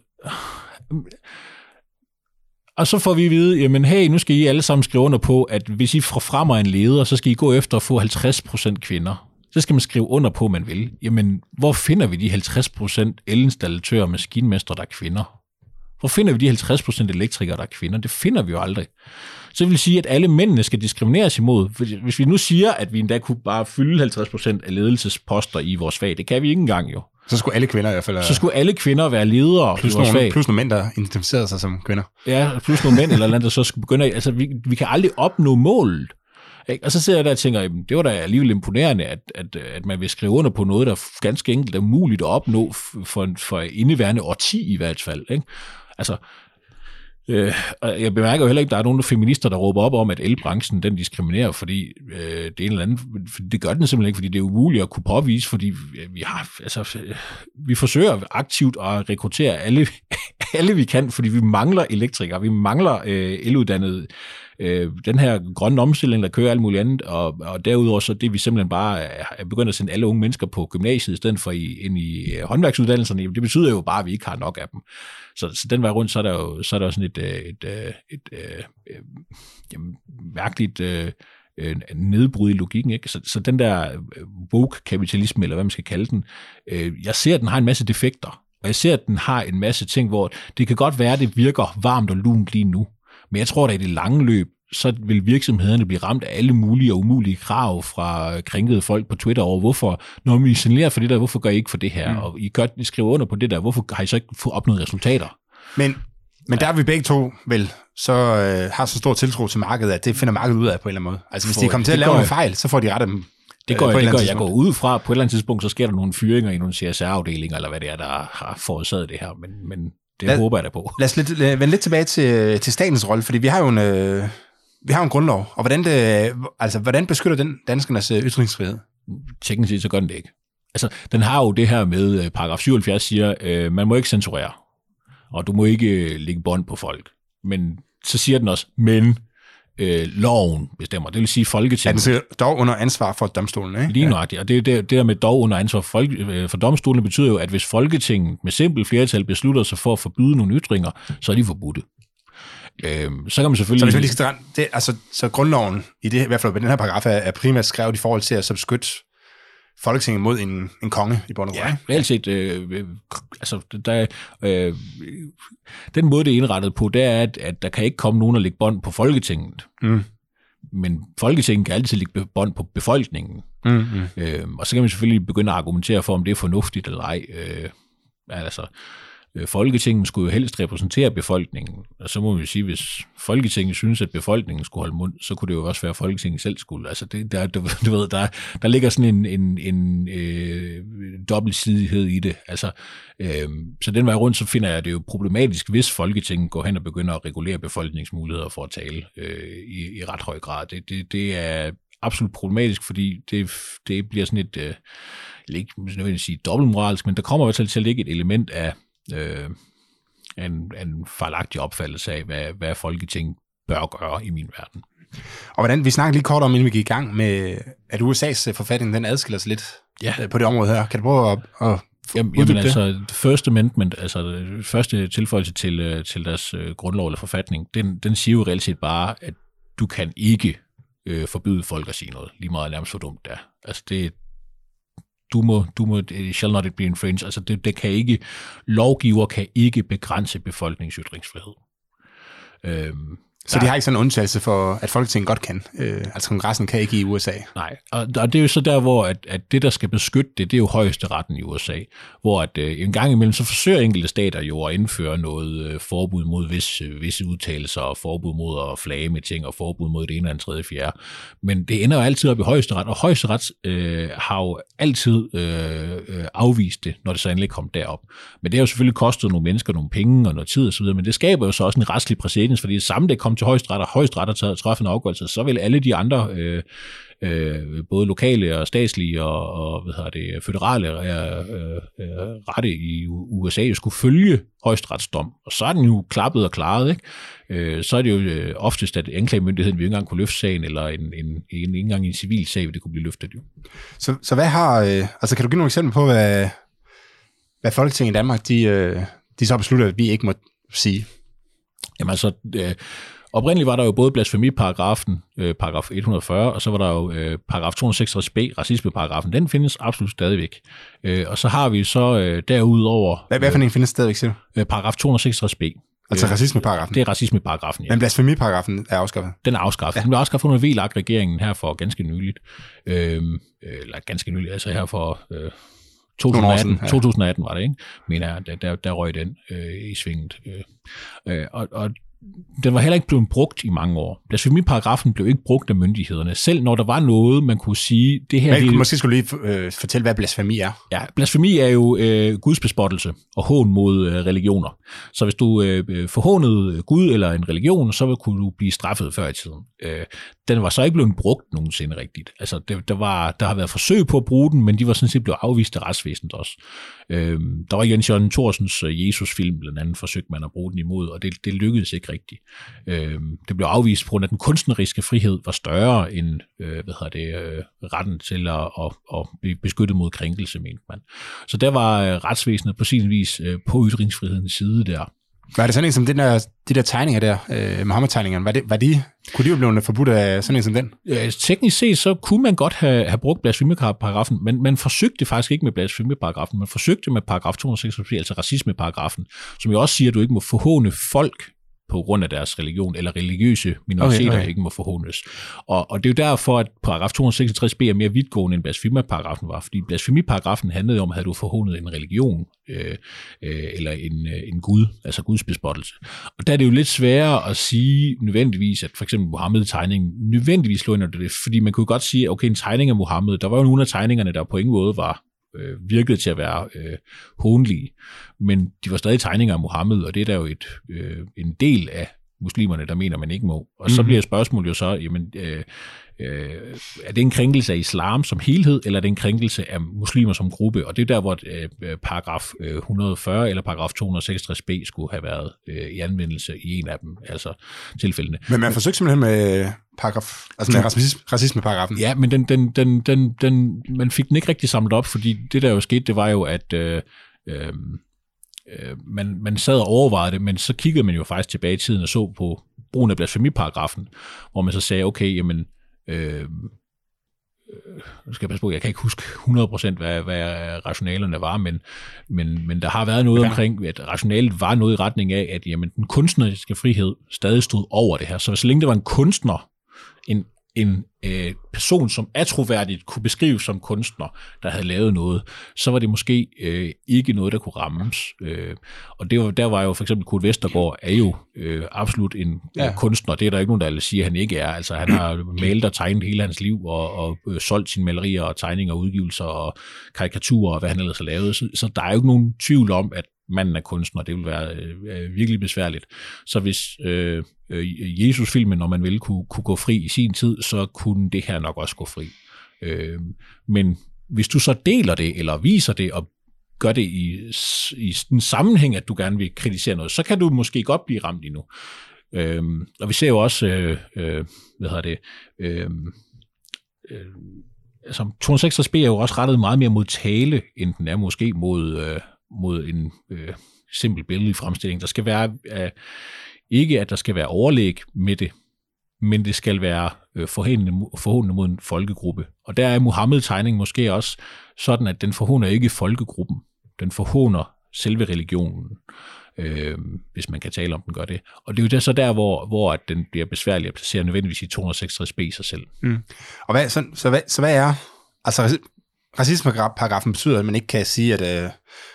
Og så får vi at vide, jamen hey, nu skal I alle sammen skrive under på, at hvis I fremmer en leder, så skal I gå efter at få halvtreds procent kvinder. Så skal man skrive under på, man vil. Jamen, hvor finder vi de halvtreds procent elinstallatører og maskinmestre, der er kvinder? Hvor finder vi de halvtreds procent elektrikere, der er kvinder? Det finder vi jo aldrig. Så det vil sige, at alle mændene skal diskrimineres imod. Hvis vi nu siger, at vi endda kunne bare fylde halvtreds procent af ledelsesposter i vores fag, det kan vi ikke engang jo. Så skulle alle kvinder i hvert fald... Så skulle alle kvinder være ledere plus i vores nogle, fag. Plus nogle mænd, der identificerede sig som kvinder. Ja, plus nogle mænd eller andet, der så skulle begynde... Altså, vi, vi kan aldrig opnå målet. Ikke? Og så sidder jeg der og tænker, det var da alligevel imponerende, at, at, at man vil skrive under på noget, der ganske enkelt er muligt at opnå for, for indeværende årti i hvert fald. Ikke? Altså... Øh, jeg bemærker jo heller ikke, at der er nogen feminister, der råber op om, at elbranchen den diskriminerer, fordi øh, det er en eller anden, det gør den simpelthen ikke, fordi det er umuligt at kunne påvise, fordi vi har, altså, vi forsøger aktivt at rekruttere alle, alle vi kan, fordi vi mangler elektrikere, vi mangler øh, eluddannede, øh, den her grønne omstilling, der kører alt muligt andet, og, og derudover så det, vi simpelthen bare er begyndt at sende alle unge mennesker på gymnasiet, i stedet for i, ind i håndværksuddannelserne, det betyder jo bare, at vi ikke har nok af dem. Så, så den vej rundt, så er der jo, så er der jo sådan et, et, et, et, et jamen, mærkeligt øh, nedbrud i logikken. Ikke? Så, så den der woke-kapitalisme, eller hvad man skal kalde den, øh, jeg ser, at den har en masse defekter, og jeg ser, at den har en masse ting, hvor det kan godt være, at det virker varmt og lunt lige nu, men jeg tror, at i det lange løb, så vil virksomhederne blive ramt af alle mulige og umulige krav fra krænkede folk på Twitter over, hvorfor, når vi signalerer for det der, hvorfor gør I ikke for det her? Mm. Og I, gør, I skriver under på det der, hvorfor har I så ikke fået opnået resultater? Men, men der er vi begge to vel, så øh, har så stor tiltro til markedet, at det finder markedet ud af på en eller anden måde. Altså hvis for, de kommer til at lave nogle fejl, så får de rette dem. Det går, øh, det går jeg går ud fra, på et eller andet tidspunkt, så sker der nogle fyringer i nogle C S R-afdelinger, eller hvad det er, der har forårsaget det her, men, men det lad, håber jeg da på. Lad os lidt, vende lidt tilbage til, til statens rolle, fordi vi har jo en... Øh, Vi har en grundlov, og hvordan, det, altså, hvordan beskytter den danskernes ytringsfrihed? Teknisk set, så gør den det ikke. Altså, den har jo det her med, paragraf syvoghalvfjerds siger, øh, man må ikke censurere, og du må ikke lægge bånd på folk. Men så siger den også, men øh, loven bestemmer. Det vil sige Folketinget. Ja, den siger dog under ansvar for domstolen, ikke? Lige nøjagtigt, og det, det, det der med dog under ansvar for, folk, for domstolen betyder jo, at hvis Folketinget med simpelt flertal beslutter sig for at forbyde nogle ytringer, så er de forbudte. Øhm, så kan man selvfølgelig... Så, hvis vi lige det, altså, så grundloven, i, det, i hvert fald på den her paragraf, er, er primært skrevet i forhold til at beskytte Folketinget mod en, en konge i bund og grund. Ja, reelt set, øh, øh, altså, der, øh, den måde, det er indrettet på, det er, at, at der kan ikke komme nogen og lægge bånd på Folketinget. Mm. Men Folketinget kan altid lægge bånd på befolkningen. Mm, mm. Øh, og så kan man selvfølgelig begynde at argumentere for, om det er fornuftigt eller ej. Øh, altså... Folketinget skulle jo helst repræsentere befolkningen, og så må vi sige, hvis Folketinget synes, at befolkningen skulle holde mund, så kunne det jo også være, at Folketinget selv skulle. Altså, det, der, du, du ved, der, der ligger sådan en, en, en øh, dobbeltsidighed i det. Altså, øh, så den vej rundt, så finder jeg det jo problematisk, hvis Folketinget går hen og begynder at regulere befolkningsmuligheder for at tale øh, i, i ret høj grad. Det, det, det er absolut problematisk, fordi det, det bliver sådan et, øh, ikke nødvendigvis sige dobbeltmoralsk, men der kommer i hvert fald til at ligge et element af Øh, en, en fejlagtig opfattelse af, hvad, hvad Folketinget bør gøre i min verden. Og hvordan, vi snakkede lige kort om, inden vi gik i gang med, at U S A's forfatning, den adskiller sig lidt ja. på det område her. Kan du prøve at, at Jamen, jamen altså, First Amendment, altså første tilføjelse til, til deres uh, grundlov eller forfatning, den, den siger jo reelt set bare, at du kan ikke uh, forbyde folk at sige noget, lige meget nærmest for dumt der. Altså det Du må, du må, it shall not be infringed. Altså det, det kan ikke, lovgiver kan ikke begrænse befolkningens ytringsfrihed. Øhm, så de har ikke sådan en undtagelse for, at Folketinget godt kan? Øh, altså kongressen kan ikke i U S A? Nej, og, og det er jo så der, hvor at, at det, der skal beskytte det, det er jo højeste retten i U S A. Hvor at øh, en gang imellem, så forsøger enkelte stater jo at indføre noget øh, forbud mod vis, øh, visse udtalelser, og forbud mod at flage med ting, og forbud mod det ene, andet, tredje, fjerde. Men det ender jo altid op i højeste ret, og højeste ret øh, har jo altid øh, øh, afvist det, når det så endelig kom derop. Men det har jo selvfølgelig kostet nogle mennesker nogle penge og noget tid osv., men det skaber jo så også en retslig præcedens, fordi det samme, det kom kommet til højesteret, og højesteret har taget træffet en afgørelse, så vil alle de andre, øh, øh, både lokale og statslige og, og hvad hedder det, føderale øh, øh, rette i U S A jo skulle følge højesteretsdom. Og så er den jo klappet og klaret, ikke? Øh, så er det jo øh, oftest, at anklagemyndigheden vil ikke engang kunne løfte sagen, eller en, en, en, ikke engang en civil sag vil det kunne blive løftet. Jo. Så, så hvad har, øh, altså kan du give nogle eksempler på, hvad, hvad Folketinget i Danmark, de, øh, de så beslutter, at vi ikke må sige? Jamen altså, øh, oprindeligt var der jo både blasfemiparagrafen, øh, paragraf et hundrede og fyrre, og så var der jo øh, paragraf to hundrede og seksogtres b, racismeparagrafen. Den findes absolut stadigvæk. Øh, og så har vi så øh, derudover... Hvad, hvad for en findes stadigvæk, siger du? Øh, paragraf to hundrede og seksogtres b. Altså racismeparagrafen? Det er racismeparagrafen, ja. Men blasfemiparagrafen er afskaffet? Den er afskaffet. Ja. Den blev afskaffet under V L A K-regeringen her for ganske nyligt. Øh, eller ganske nyligt, altså her for... Øh, to tusind og atten, ja. to tusind og atten var det, ikke? Mener jeg, der, der, der røg den øh, i svinget. Øh, øh, og, og den var heller ikke blevet brugt i mange år. Blasfemiparagrafen blev ikke brugt af myndighederne. Selv når der var noget, man kunne sige... det her. Men, måske skulle lige øh, fortælle, hvad blasfemi er. Ja, blasfemi er jo øh, Guds bespottelse og hån mod øh, religioner. Så hvis du øh, forhånede Gud eller en religion, så kunne du blive straffet før i tiden. Øh, den var så ikke blevet brugt nogensinde rigtigt. Altså, det, der, var, der har været forsøg på at bruge den, men de var sådan set blevet afvist af retsvæsenet også. Øh, der var Jens Jørgen Thorsens Jesus-film, blandt andet forsøgte man at bruge den imod, og det, det lykkedes ikke rigtigt. Øh, det blev afvist på grund af, at den kunstneriske frihed var større end øh, hvad hedder det, øh, retten til at, at, at blive beskyttet mod krænkelse, mente man. Så der var øh, retsvæsenet på sin vis øh, på ytringsfrihedens side der. Var det sådan en som den der, de der tegninger der, øh, Muhammed-tegningerne, var, det, var de, kunne de jo blive forbudt af sådan en som den? Ja, teknisk set, så kunne man godt have, have brugt blasfemiparagrafen, men man forsøgte faktisk ikke med blasfemiparagrafen, man forsøgte med paragraf to hundrede og seksogtres, altså racismeparagrafen, som jo også siger, at du ikke må forhåne folk på grund af deres religion, eller religiøse minoriteter okay, okay. ikke må forhånes. Og, og det er jo derfor, at paragraf to hundrede og seksogtres b er mere vidtgående end blasfemiparagrafen var, fordi blasfemiparagrafen handlede om, at havde du forhånet en religion, øh, øh, eller en, øh, en gud, altså Guds bespottelse. Og der er det jo lidt sværere at sige nødvendigvis, at for eksempel Muhammed-tegningen nødvendigvis slår ind under det, fordi man kunne godt sige, okay, en tegning af Muhammed, der var jo nogle af tegningerne, der på ingen måde var øh, virkede til at være øh, hånlige, men de var stadig tegninger af Muhammed, og det er der jo et, øh, en del af muslimerne, der mener, man ikke må. Og mm-hmm. så bliver spørgsmålet jo så, jamen, øh, øh, er det en krænkelse af islam som helhed, eller er det en krænkelse af muslimer som gruppe? Og det er der, hvor øh, paragraf et hundrede og fyrre eller paragraf to hundrede og seksogtres b skulle have været øh, i anvendelse i en af dem, altså tilfældene. Men man forsøgte simpelthen med paragraf, altså med racisme, racismeparagrafen. Ja, men den, den, den, den, den, man fik den ikke rigtig samlet op, fordi det, der jo skete, det var jo, at øh, øh, Man, man sad og overvejede det, men så kiggede man jo faktisk tilbage i tiden og så på brugen af blasfemiparagrafen, hvor man så sagde, okay, jamen, øh, nu skal jeg passe på, jeg kan ikke huske hundrede procent, hvad, hvad rationalerne var, men, men, men der har været noget ja. omkring, at rationalet var noget i retning af, at jamen, den kunstneriske frihed stadig stod over det her. Så så længe der var en kunstner, en en øh, person, som atroværdigt kunne beskrives som kunstner, der havde lavet noget, så var det måske øh, ikke noget, der kunne rammes. Øh, og det var, der var jo for eksempel Kurt Vestergaard er jo øh, absolut en ja. øh, kunstner. Det er der ikke nogen, der siger, at han ikke er. Altså han har malet og tegnet hele hans liv, og, og øh, solgt sine malerier og tegninger, udgivelser og karikaturer, og hvad han ellers har lavet. Så, så der er jo ikke nogen tvivl om, at manden er kunstner. Det vil være øh, virkelig besværligt. Så hvis øh, Jesus-filmen, når man ville, kunne, kunne gå fri i sin tid, så kunne det her nok også gå fri. Øh, men hvis du så deler det, eller viser det, og gør det i, i en sammenhæng, at du gerne vil kritisere noget, så kan du måske godt blive ramt endnu. Øh, og vi ser jo også, øh, øh, hvad hedder det, øh, øh, altså to hundrede og seksogtres b er jo også rettet meget mere mod tale, end den er måske mod, øh, mod en øh, simpel billedlig fremstilling. Der skal være... Øh, Ikke, at der skal være overlæg med det, men det skal være øh, forhåndende mod en folkegruppe. Og der er Muhammed-tegningen måske også sådan, at den forhånder ikke folkegruppen. Den forhånder selve religionen, øh, hvis man kan tale om, den gør det. Og det er jo der, så der, hvor, hvor at den bliver besværlig at placere nødvendigvis i to hundrede og seksogtres b i sig selv. Mm. Og hvad, så, så, hvad, så hvad er... Altså, racismeparagrafen betyder, at man ikke kan sige, at... Øh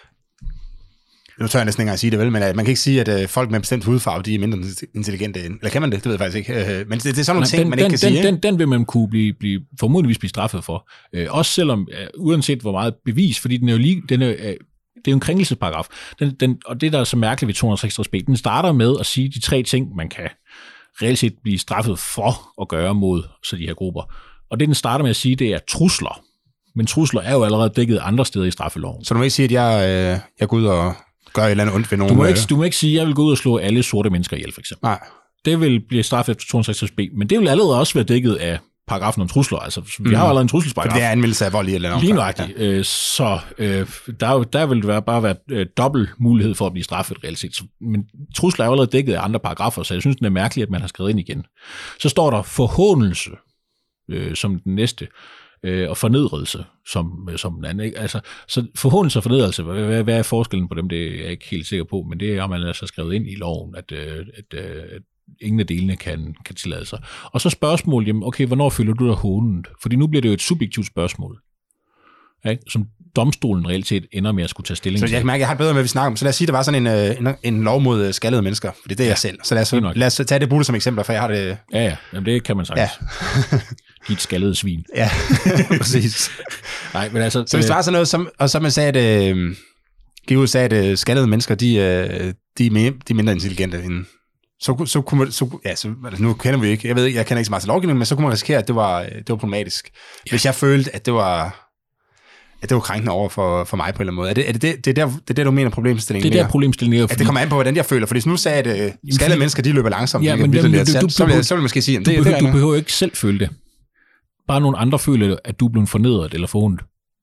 Nu tør jeg næsten ikke engang at sige det, vel, men man kan ikke sige, at øh, folk med en bestemt hudfarve, de er mindre intelligente end... Eller kan man det? Det ved jeg faktisk ikke. Øh, men det, det er sådan nogle ting, den, man ikke den, kan sige. Den, den, den vil man kunne blive, blive, formodentligvis blive straffet for. Øh, også selvom, øh, uanset hvor meget bevis, fordi den er jo lige... Den er, øh, det er jo en krænkelsesparagraf. Den, den, og det, der er så mærkeligt ved to hundrede og seksogtres b, den starter med at sige de tre ting, man kan reelt set blive straffet for at gøre mod så de her grupper. Og det, den starter med at sige, det er trusler. Men trusler er jo allerede dækket andre steder i straffeloven. Så du må ikke sige, at jeg, øh, jeg går ud og gør et eller andet ondt ved nogen? Du må, ikke, du må ikke sige, at jeg vil gå ud og slå alle sorte mennesker ihjel, for eksempel. Nej. Det vil blive straffet efter to hundrede og seksogtres b, men det vil allerede også være dækket af paragrafen om trusler. Altså, vi mm. har jo allerede en truslesparagraf. For det er anmeldelse af vold i eller andet. Lige nøjagtigt. Ja. Så øh, der, der vil det være, bare være øh, dobbelt mulighed for at blive straffet reelt set. Men trusler er jo allerede dækket af andre paragrafer, så jeg synes, det er mærkeligt, at man har skrevet ind igen. Så står der forhånelse øh, som den næste, øh, og fornedrelse som, som den anden. Ikke? Altså, så forhåndelse og fornedrelse, hvad, hvad er forskellen på dem, det er jeg ikke helt sikker på, men det har man altså skrevet ind i loven, at, at, at, at ingen af delene kan, kan tillade sig. Og så spørgsmål, jamen, okay, hvornår føler du dig hånet? Fordi nu bliver det jo et subjektivt spørgsmål, ikke? Som domstolen reelt set ender med at skulle tage stilling til. Så jeg kan mærke, at jeg har bedre med, at vi snakker om. Så lad os sige, at der var sådan en, en, en lov mod skaldede mennesker, for det er det, ja, jeg selv. Så lad os, lad os tage det Bulle som eksempel, for jeg har det... Ja, ja, jamen, det kan man sagtens. Ja. Giv et skaldet svin. Ja, præcis. Nej, men altså... Så hvis der var sådan noget, som, og så man sagde, at øh, G U sagde, at øh, skaldede mennesker, de, øh, de, er mere, de er mindre intelligente end... Så, så kunne man, så, ja, så, altså nu kender vi ikke, jeg ved ikke, jeg kender ikke så meget til lovgivningen, men så kunne man risikere, at det var, det var problematisk. Ja. Hvis jeg følte, at det var... at det var krænkende over for, for mig på en eller anden måde. Er det er det, det, det, der, det er der, du mener problemstillingen? Det er der problemstillingen. At det kommer an på, hvordan jeg føler. For hvis nu sagde, at uh, skaldede mennesker, de løber langsomt, ja, det men, kan men, lidt, du, så, du, så, vil jeg, du, så vil jeg måske sige, at du, det, behøver, det er du behøver ikke selv føle det. Bare nogle andre føler, at du er blevet fornedret eller forhundet.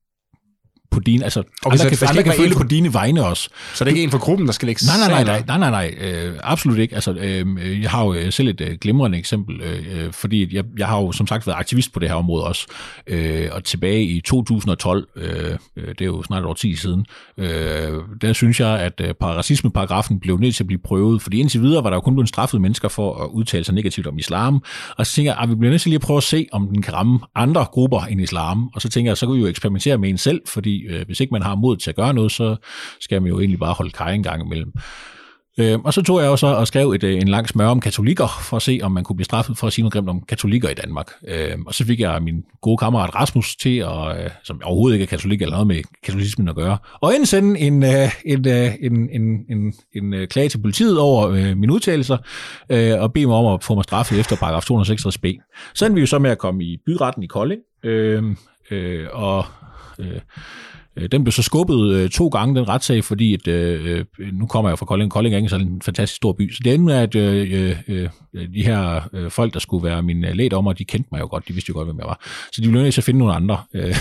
På dine, altså, okay, andre kan, andre kan føle det på dine vegne også. Så det er ikke en fra gruppen, der skal lægge nej, nej, nej, nej, nej, nej, nej, øh, absolut ikke. Altså, øh, jeg har jo selv et øh, glimrende eksempel, øh, fordi jeg, jeg har jo som sagt været aktivist på det her område også, øh, og tilbage i to tusind og tolv, øh, det er jo snart et årti siden, øh, der synes jeg, at øh, racismeparagrafen blev nødt til at blive prøvet, fordi indtil videre var der jo kun blevet straffet mennesker for at udtale sig negativt om islam, og så tænker jeg, at vi bliver nødt til lige at prøve at se, om den kan ramme andre grupper end islam, og så tænker jeg, så kan vi jo eksperimentere med en selv, fordi Øh, hvis ikke man har mod til at gøre noget, så skal man jo egentlig bare holde kaj en gang imellem. Øh, og så tog jeg også og skrev et, en lang smør om katolikker, for at se, om man kunne blive straffet for at sige noget grimt om katolikker i Danmark. Øh, og så fik jeg min gode kammerat Rasmus til, at, øh, som overhovedet ikke er katolik eller noget med katolicismen at gøre, og indsende en, øh, en, øh, en, en, en, en, en klage til politiet over øh, mine udtalelser, øh, og bede mig om at få mig straffet efter paragraf to hundrede og seksogtres b. Så endte vi jo så med at komme i byretten i Kolding, øh, øh, og øh, den blev så skubbet øh, to gange, den retssag, fordi at, øh, nu kommer jeg fra Kolding. Kolding er ikke sådan en fantastisk stor by. Så det endte med, at øh, øh, de her øh, folk, der skulle være mine lægdommer, de kendte mig jo godt. De vidste jo godt, hvem jeg var. Så de blev nødt til at finde nogle andre. Øh,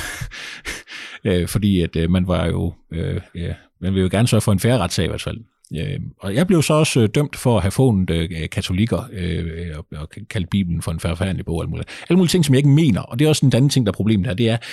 øh, fordi at øh, man var jo... Øh, øh, man ville jo gerne sørge for en fair retssag i hvert fald. Øh, og jeg blev så også øh, dømt for at have fundet øh, katolikker øh, og, og kaldt Bibelen for en forfærdelig bog. Alle mulige. alle mulige ting, som jeg ikke mener. Og det er også en anden ting, der er problemet her. Det er,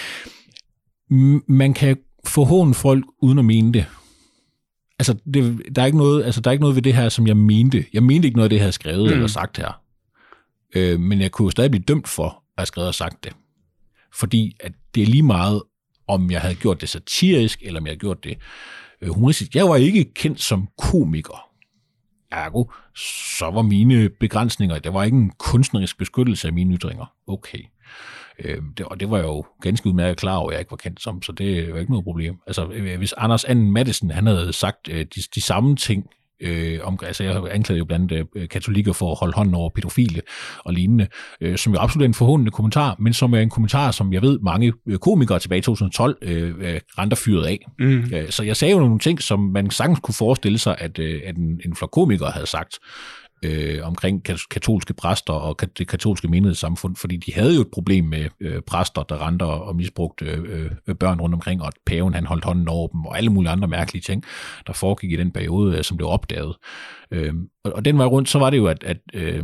man kan forhåne folk uden at mene det. Altså, det, der, er ikke noget, altså, der er ikke noget ved det her, som jeg mente. Jeg mente ikke noget af det, jeg havde skrevet mm. eller sagt her. Øh, men jeg kunne jo stadig blive dømt for at have skrevet og sagt det. Fordi at det er lige meget, om jeg havde gjort det satirisk, eller om jeg havde gjort det øh, humoristisk. Jeg var ikke kendt som komiker. Ergo, så var mine begrænsninger, der var ikke en kunstnerisk beskyttelse af mine ytringer. Okay. Øh, det, og det var jeg jo ganske udmærket klar over, at jeg ikke var kendt som, så det er jo ikke noget problem. Altså, hvis Anders Anden Mattesen, han havde sagt øh, de, de samme ting, øh, om, altså jeg anklagede jo blandt andet øh, katolikker for at holde hånden over pædofile og lignende, øh, som jo absolut er en forhåndende kommentar, men som er en kommentar, som jeg ved, mange komikere tilbage i to tusind og tolv øh, renter fyret af. Mm. Øh, så jeg sagde jo nogle ting, som man sagtens kunne forestille sig, at, øh, at en, en flok komikere havde sagt, Øh, omkring katolske præster og det katolske menighedssamfund, fordi de havde jo et problem med øh, præster, der renter og misbrugte øh, børn rundt omkring, og at paven han holdt hånden over dem, og alle mulige andre mærkelige ting, der foregik i den periode, øh, som blev opdaget. Øh, og, og den vej rundt, så var det jo, at, at, øh,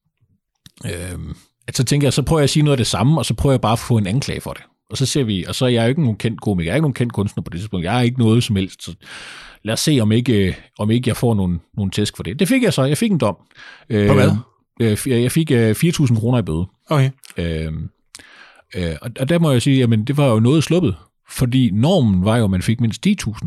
øh, at så tænker jeg, så prøver jeg at sige noget af det samme, og så prøver jeg bare at få en anklage for det. Og så ser vi, og så er jeg jo ikke nogen kendt komiker, jeg er ikke nogen kendt kunstner på det tidspunkt, jeg er ikke noget som helst, så lad os se, om ikke, om ikke jeg får nogle, nogle tæsk for det. Det fik jeg så. Jeg fik en dom. På hvad? Øh, jeg fik øh, fire tusind kroner i bøde. Okay. Øh, øh, og der må jeg sige, jamen det var jo noget sluppet, fordi normen var jo, at man fik mindst ti tusind.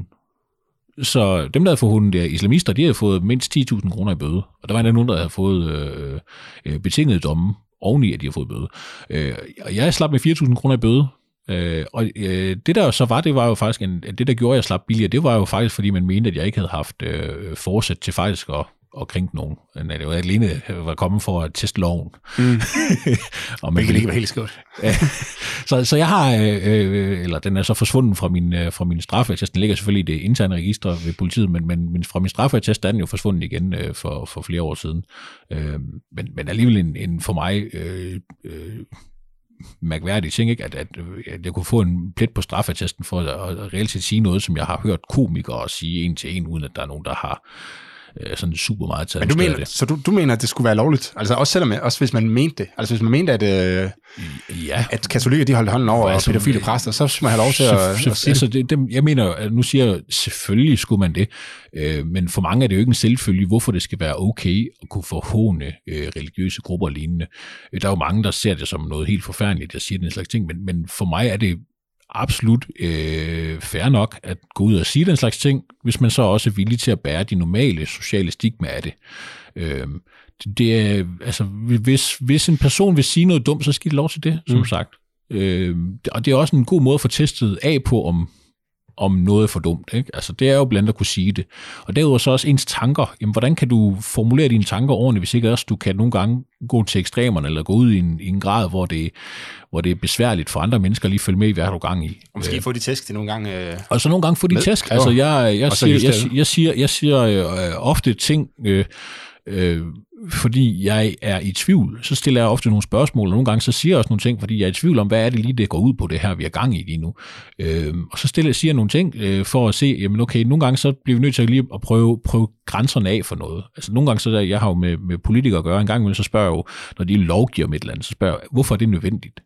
Så dem, der havde fået hunden der islamister, de havde fået mindst ti tusind kroner i bøde. Og der var endda nogen, der havde fået øh, øh, betingede domme oveni, at de havde fået bøde. Øh, og jeg slap med fire tusind kroner i bøde. Øh, og øh, det der så var, det var jo faktisk, en, det der gjorde, at jeg slap billigere, det var jo faktisk, fordi man mente, at jeg ikke havde haft øh, forsæt til faktisk at, at krænke nogen. Nej, det var alene var kommet for at teste loven. Mm. og det kan ikke være helt skørt. så, så jeg har, øh, eller den er så forsvundet fra min, øh, fra min straffeattest. Den ligger selvfølgelig i det interne register ved politiet, men, men, men fra min straffeattest er den jo forsvundet igen øh, for, for flere år siden. Øh, men, men alligevel en, en for mig øh, øh, mærkværdig ting, ikke? At, at, at jeg kunne få en plet på straffeattesten for at, at reelt set sige noget, som jeg har hørt komikere sige en til en, uden at der er nogen, der har øh, sådan super meget taget. Men du mener, det. Så du, du mener, at det skulle være lovligt? Altså også, selvom, også hvis man mente det? Altså hvis man mente, at, øh, ja. at katolikker de holdt hånden over altså, pædofile præster, så skulle man have lov til at, at, at sige altså, det. det jeg mener, at nu siger jeg, selvfølgelig skulle man det, øh, men for mange er det jo ikke en selvfølge, hvorfor det skal være okay at kunne forhåne øh, religiøse grupper og lignende. Der er jo mange, der ser det som noget helt forfærdeligt, jeg siger den slags ting, men, men for mig er det absolut øh, fair nok at gå ud og sige den slags ting, hvis man så også er villig til at bære de normale sociale stigma af det. Øh, det er, altså, hvis, hvis en person vil sige noget dumt, så skal de lov til det, som mm. sagt. Øh, og det er også en god måde at få testet af på, om, om noget er for dumt. Ikke? Altså, det er jo blandt at kunne sige det. Og derudover så også ens tanker. Jamen, hvordan kan du formulere dine tanker ordentligt, hvis ikke også du kan nogle gange gå til ekstremerne, eller gå ud i en, i en grad, hvor det, hvor det er besværligt for andre mennesker lige at følge med i, hvad har du gang i. Og måske få de tæsk til nogle gange. Øh, og så nogle gange få de tæsk. Altså, jeg, jeg, siger, jeg, jeg siger, jeg siger øh, ofte ting, øh, øh, fordi jeg er i tvivl. Så stiller jeg ofte nogle spørgsmål, og nogle gange så siger jeg også nogle ting, fordi jeg er i tvivl om, hvad er det lige, det går ud på det her, vi er gang i lige nu. Øh, og så stiller jeg siger nogle ting, øh, for at se, jamen okay, nogle gange så bliver vi nødt til lige at prøve, prøve grænserne af for noget. Altså nogle gange så, der, jeg har jo med, med politikere at gøre, en gang imellem så spørger jeg jo, når de lovgiver om et eller andet, så spørger jeg, hvorfor er det nødvendigt?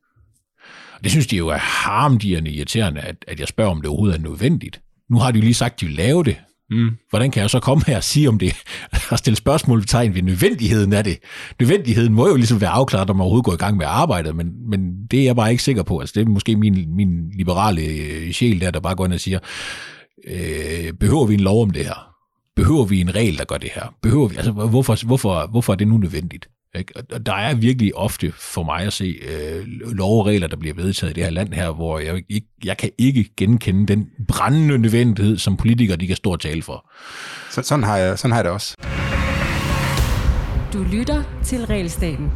Og det synes de jo er harmdirrende irriterende, at, at jeg spørger, om det overhovedet er nødvendigt. Nu har de jo lige sagt, at de vil lave det. Mm. Hvordan kan jeg så komme her og sige om det, og stille spørgsmålstegn ved nødvendigheden af det? Nødvendigheden må jo ligesom være afklaret, om man overhovedet går i gang med arbejdet, men, men det er jeg bare ikke sikker på. Altså det er måske min, min liberale sjæl der, der bare går ind og siger, øh, behøver vi en lov om det her? Behøver vi en regel, der gør det her? Behøver vi, altså hvorfor, hvorfor, hvorfor er det nu nødvendigt? Og der er virkelig ofte for mig at se øh, lov og regler, der bliver vedtaget i det her land her, hvor jeg, ikke, jeg kan ikke genkende den brændende nødvendighed, som politikere de kan stå og tale for. Så, sådan, har jeg, sådan har jeg det også. Du lytter til Regelstaten.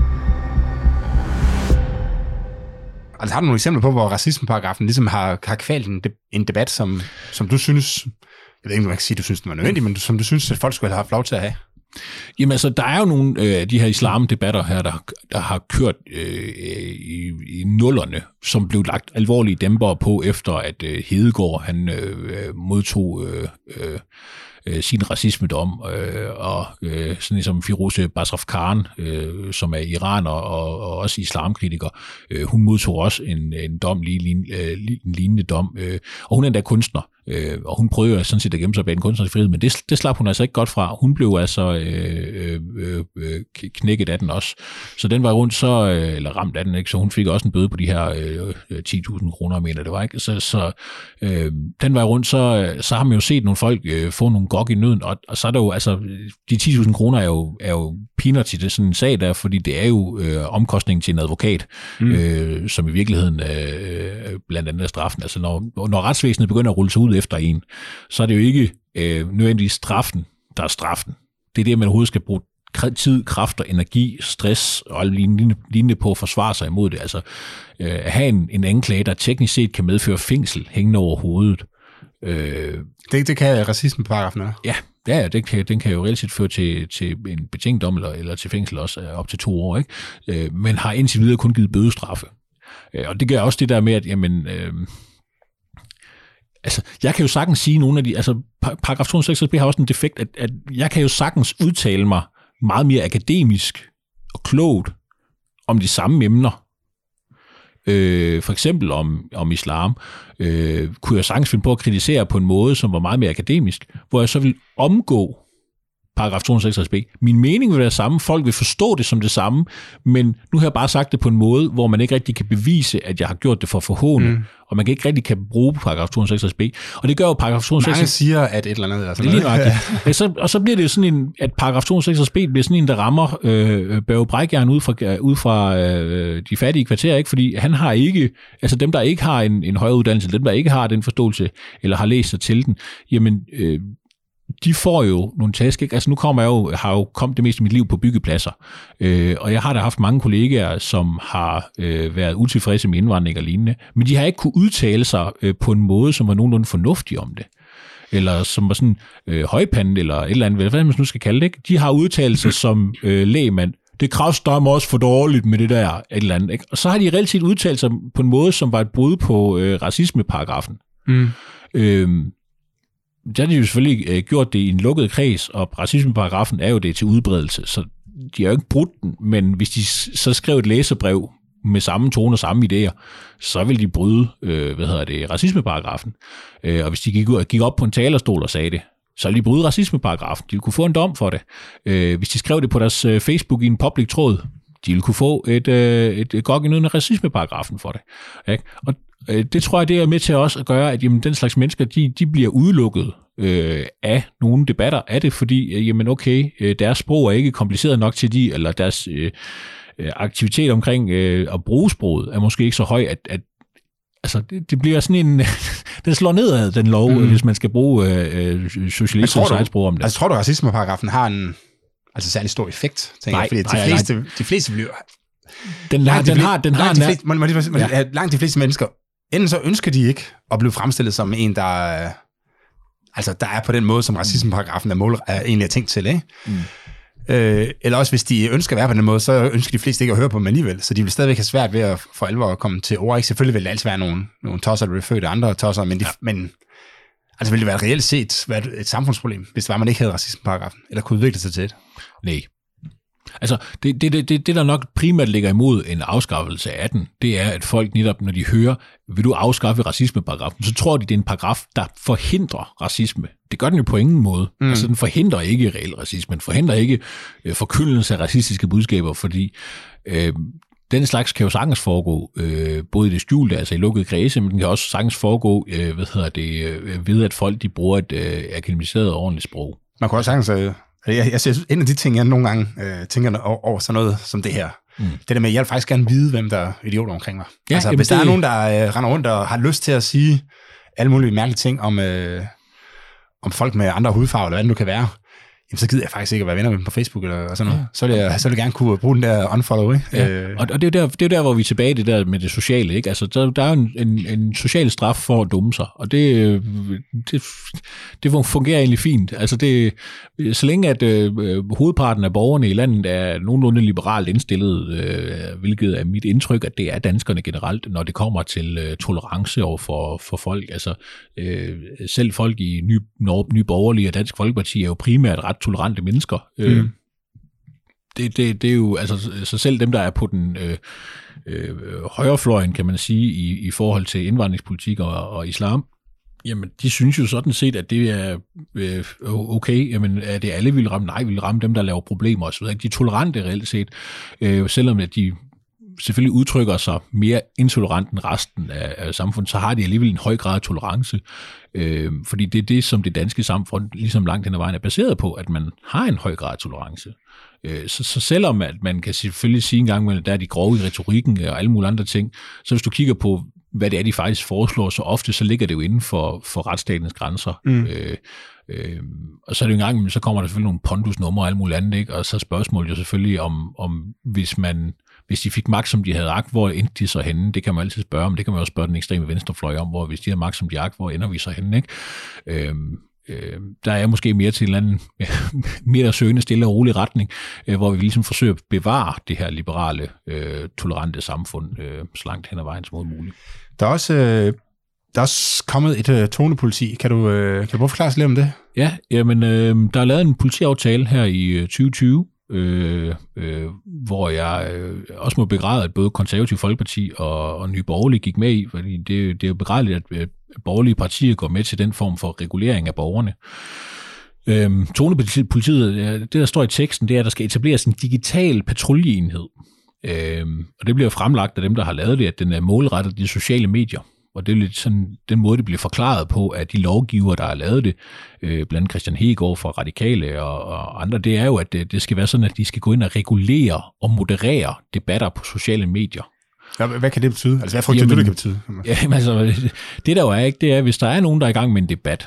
Altså har du nogle eksempler på, hvor racismeparagrafen ligesom har, har kvalt en, en debat, som, som du synes, jeg ved ikke, om man kan sige, du synes, det var nødvendigt, men som du synes, at folk skulle have haft lov til at have? Jamen altså, der er jo nogle af øh, de her islamdebatter her, der, der har kørt øh, i, i nullerne, som blev lagt alvorlige dæmpere på, efter at øh, Hedegaard han øh, modtog øh, øh, sin racismedom, øh, og øh, sådan ligesom Firoze Bazrafkan, øh, som er iraner og, og også islamkritiker, øh, hun modtog også en, en dom, lige, øh, en lignende dom, øh, og hun er endda kunstner. Øh, og hun prøvede sådan set at gemme sig bag en kunstnerisk frihed, men det, det slap hun altså ikke godt fra. Hun blev altså øh, øh, øh, knækket af den også. Så den var rundt så, øh, eller ramt af den, ikke? Så hun fik også en bøde på de her øh, ti tusind kroner, mener det var, ikke? Så, så øh, den var rundt, så, så har man jo set nogle folk øh, få nogle gok i nøden, og, og så er der jo, altså, de ti tusind kroner er jo, er jo peanuts i det sådan en sag der, fordi det er jo øh, omkostningen til en advokat, mm. øh, som i virkeligheden øh, blandt andet er straffen. Altså når, når retsvæsenet begynder at rulle sig ud efter en, så er det jo ikke øh, nødvendigvis straffen, der er straffen. Det er det, man overhovedet skal bruge tid, kræfter, energi, stress og lignende, lignende på at forsvare sig imod det. Altså øh, at have en, en anklage, der teknisk set kan medføre fængsel hængende over hovedet. Øh, det, det kan racismeparagrafen også. Ja, ja det kan, den kan jo reelt set føre til, til en betinget dom eller, eller til fængsel også op til to år, ikke? Øh, men har indtil videre kun givet bødestraffe. Øh, og det gør også det der med, at jamen, øh, altså, jeg kan jo sagtens sige nogle af de, altså paragraf to hundrede og seksogtres b har også en defekt, at, at jeg kan jo sagtens udtale mig meget mere akademisk og klogt om de samme emner. Øh, for eksempel om, om islam, øh, kunne jeg sagtens finde på at kritisere på en måde, som var meget mere akademisk, hvor jeg så vil omgå paragraf to hundrede og seksogtres b. Min mening vil være samme, folk vil forstå det som det samme, men nu har jeg bare sagt det på en måde, hvor man ikke rigtig kan bevise, at jeg har gjort det for forhånd, mm. og man kan ikke rigtig kan bruge paragraf to hundrede og seksogtres b. Og det gør jo paragraf to hundrede og seksogtres b. Mange siger, at et eller andet er sådan noget. Det er lige ja, så, og så bliver det jo sådan en, at paragraf to hundrede og seksogtres b bliver sådan en, der rammer øh, Børge Brækjern ud fra, ud fra øh, de fattige kvarterer, ikke? Fordi han har ikke, altså dem, der ikke har en, en højere uddannelse, dem, der ikke har den forståelse, eller har læst sig til den, jamen, øh, de får jo nogle tæsk, ikke? Altså nu kommer jeg jo, har jo kommet det meste af mit liv på byggepladser, øh, og jeg har da haft mange kollegaer, som har øh, været utilfredse med indvandring og lignende, men de har ikke kunne udtale sig øh, på en måde, som var nogenlunde fornuftig om det, eller som var sådan øh, højpandet, eller et eller andet, hvad man nu skal kalde det, ikke? De har udtalt sig som øh, lægmand. Det kravstammer også for dårligt med det der, et eller andet, ikke? Og så har de reelt set udtalt sig på en måde, som var et brud på øh, racismeparagrafen. Mm. Øhm, der har de jo selvfølgelig øh, gjort det i en lukket kreds, og racismeparagrafen er jo det til udbredelse, så de har jo ikke brudt den, men hvis de så skrev et læserbrev med samme tone og samme idéer, så vil de bryde, øh, hvad hedder det, racismeparagrafen. Øh, og hvis de gik, gik op på en talerstol og sagde det, så ville de bryde racismeparagrafen. De ville kunne få en dom for det. Øh, hvis de skrev det på deres øh, Facebook i en public tråd, de ville kunne få et, øh, et, et gok i noget af racismeparagrafen for det. Ikke? Og øh, det tror jeg, det er med til også at gøre, at jamen, den slags mennesker, de, de bliver udelukket øh, af nogle debatter af det, fordi øh, jamen okay, øh, deres sprog er ikke kompliceret nok til de, eller deres øh, aktivitet omkring øh, at bruge sproget er måske ikke så høj, at, at altså, det, det bliver sådan en... den slår nedad, den lov, mm. hvis man skal bruge øh, socialistisk sejlsprog om det. Altså, tror du, at racismeparagrafen har en altså, særlig stor effekt? Tænker nej, jeg, fordi nej, de fleste, nej. de fleste bliver... Den, langt, den, de, har, den langt, har... De fleste, man, man, man, ja. Langt de fleste mennesker, enten så ønsker de ikke at blive fremstillet som en, der, altså, der er på den måde, som racismeparagrafen er, mål, er egentlig er tænkt til, ikke? Mm. Øh, eller også hvis de ønsker at være på den måde, så ønsker de fleste ikke at høre på dem alligevel, så de vil stadigvæk have svært ved at for alvor at komme til ord. Ikke? Selvfølgelig vil det altid være nogle, nogle tosser, der vil føde andre tosser, men, de, ja. men altså ville det være reelt set være et samfundsproblem, hvis det var, man ikke havde racismeparagrafen, eller kunne udvikle sig til det? Nej. Altså, det, det, det, det, der nok primært ligger imod en afskaffelse af den, det er, at folk netop, når de hører, vil du afskaffe racismeparagrafen, så tror de, det er en paragraf, der forhindrer racisme. Det gør den jo på ingen måde. Mm. Altså, den forhindrer ikke reel racisme, den forhindrer ikke øh, forkyndelse af racistiske budskaber, fordi øh, den slags kan jo sagtens foregå, øh, både i det skjulte, altså i lukkede kredse, men den kan også sagtens foregå, øh, hvad hedder det, øh, ved at folk, de bruger et øh, akademiseret og ordentligt sprog. Man kan også sagtens... Øh Jeg, jeg synes, en af de ting, jeg nogle gange øh, tænker over, over sådan noget som det her, mm. det der med, at jeg vil faktisk gerne vide, hvem der er idioter omkring mig. Ja, altså, hvis det... der er nogen, der øh, render rundt og har lyst til at sige alle mulige mærkelige ting om, øh, om folk med andre hudfarver, eller hvad det nu kan være, jamen, så gider jeg faktisk ikke at være venner med dem på Facebook eller sådan noget. Ja. Så, vil jeg, så vil jeg gerne kunne bruge den der unfollow, ikke? Ja. Øh. Og, og det, er der, det er der, hvor vi er tilbage det der med det sociale, ikke? Altså, der, der er jo en, en, en social straf for at dumme sig, og det, det, det fungerer egentlig fint. Altså, det, så længe at øh, hovedparten af borgerne i landet er nogenlunde liberalt indstillet, øh, hvilket er mit indtryk, at det er danskerne generelt, når det kommer til øh, tolerance over for, for folk. Altså, øh, selv folk i Ny, Ny Borgerlige og Dansk Folkeparti er jo primært ret tolerante mennesker. Mm. Øh, det, det, det er jo, altså, så selv dem, der er på den øh, øh, højrefløjen, kan man sige, i, i forhold til indvandringspolitik og, og islam, jamen, de synes jo sådan set, at det er øh, okay, jamen, er det alle vil ramme? Nej, vil ramme dem, der laver problemer og så videre. De er tolerante reelt set, øh, selvom at de selvfølgelig udtrykker sig mere intolerant end resten af, af samfundet, så har de alligevel en høj grad af tolerance. Øh, fordi det er det, som det danske samfund ligesom langt hen ad vejen er baseret på, at man har en høj grad af tolerance. Øh, så, så selvom at man kan selvfølgelig sige en gang, at der er de grove i retorikken og alle mulige andre ting, så hvis du kigger på, hvad det er, de faktisk foreslår, så ofte så ligger det jo inden for, for retsstatens grænser. Mm. Øh, øh, og så er det jo en gang, så kommer der selvfølgelig nogle pondusnumre og alt muligt andet, ikke? Og så er spørgsmålet jo selvfølgelig om, om hvis man Hvis de fik magt, som de havde agt, hvor endte de så henne? Det kan man altid spørge om. Det kan man også spørge den ekstreme venstrefløj om, hvor hvis de havde magt, som de agt, hvor ender vi så henne? Ikke? Øhm, øh, der er måske mere til en eller anden mere søgende, stille og rolig retning, øh, hvor vi ligesom forsøger at bevare det her liberale, øh, tolerante samfund øh, så langt hen ad vejen som muligt. Der er også, øh, der er også kommet et øh, tonepoliti. Kan du, øh, kan du prøve forklare lidt om det? Ja, jamen, øh, der er lavet en politiaftale her i tyve tyve, Øh, øh, hvor jeg øh, også må begræde, at både Konservative Folkeparti og, og Nye Borgerlige gik med i, fordi det, det er jo begrædeligt, at øh, borgerlige partier går med til den form for regulering af borgerne. Øh, Tonepolitiet, det der står i teksten, det er, at der skal etableres en digital patruljeenhed. Øh, og det bliver fremlagt af dem, der har lavet det, at den er målrettet de sociale medier. Og det er lidt sådan den måde, det bliver forklaret på, at de lovgiver, der har lavet det, øh, blandt Christian Hegaard fra Radikale og, og andre, det er jo, at det, det skal være sådan, at de skal gå ind og regulere og moderere debatter på sociale medier. Ja, hvad kan det betyde? Altså, hvad frygter du, det kan betyde? Jamen, altså, det der jo er, ikke, det er, hvis der er nogen, der er i gang med en debat,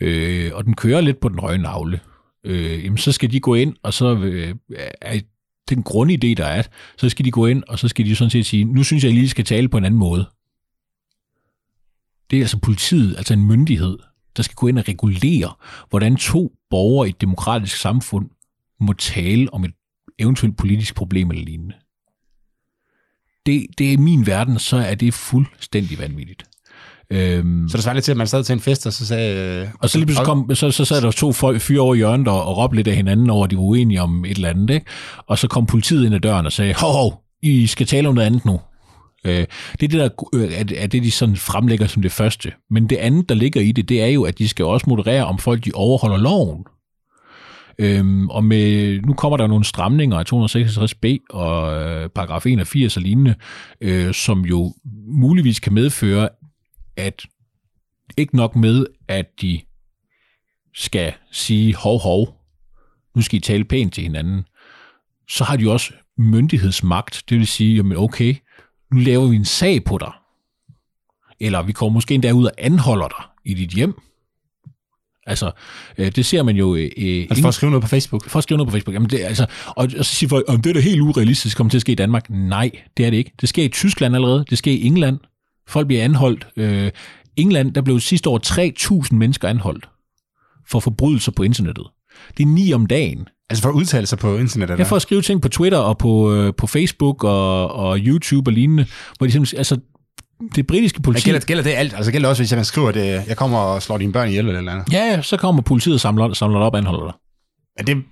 øh, og den kører lidt på den høje navle, øh, jamen så skal de gå ind, og så øh, er den grundidé, der er, så skal de gå ind, og så skal de sådan set sige, nu synes jeg, at I lige skal tale på en anden måde. Det er altså politiet, altså en myndighed, der skal gå ind og regulere, hvordan to borgere i et demokratisk samfund må tale om et eventuelt politisk problem eller lignende. Det, det er min verden, så er det fuldstændig vanvittigt. Øhm, så det svarer lidt til, at man sad til en fest, og så sagde... Øh, og så lige pludselig kom, så, så sad der to folk, fyre over i hjørnet og, og råbte lidt af hinanden over, at de var uenige om et eller andet, ikke? Og så kom politiet ind ad døren og sagde, hov, hov, I skal tale om noget andet nu. Øh, det er det, der er, er det, de sådan fremlægger som det første. Men det andet, der ligger i det, det er jo, at de skal også moderere, om folk de overholder loven. Øhm, og med, nu kommer der nogle stramninger af to hundrede seksogtres b og øh, paragraf enogfirs og lignende, øh, som jo muligvis kan medføre, at ikke nok med, at de skal sige hov, hov, nu skal I tale pænt til hinanden, så har de også myndighedsmagt. Det vil sige, jamen okay, nu laver vi en sag på dig. Eller vi kommer måske endda ud og anholder dig i dit hjem. Altså, øh, det ser man jo... Øh, altså for at skrive noget på Facebook? For at skrive noget på Facebook. Jamen det, altså, og, og så siger folk, om det er da helt urealistisk, kommer til at ske i Danmark. Nej, det er det ikke. Det sker i Tyskland allerede. Det sker i England. Folk bliver anholdt. Øh, England, der blev sidste år tre tusind mennesker anholdt for forbrydelser på internettet. Det er ni om dagen. Altså for at udtale sig på internettet? Ja, for at skrive ting på Twitter og på, øh, på Facebook og, og YouTube og lignende, hvor de simpelthen... Altså, det britiske politi... Gælder, gælder det alt? Altså gælder også, hvis jeg skriver, at jeg kommer og slår dine børn ihjel eller eller andet? Ja, så kommer politiet og samler, samler op og anholder dig. Men det...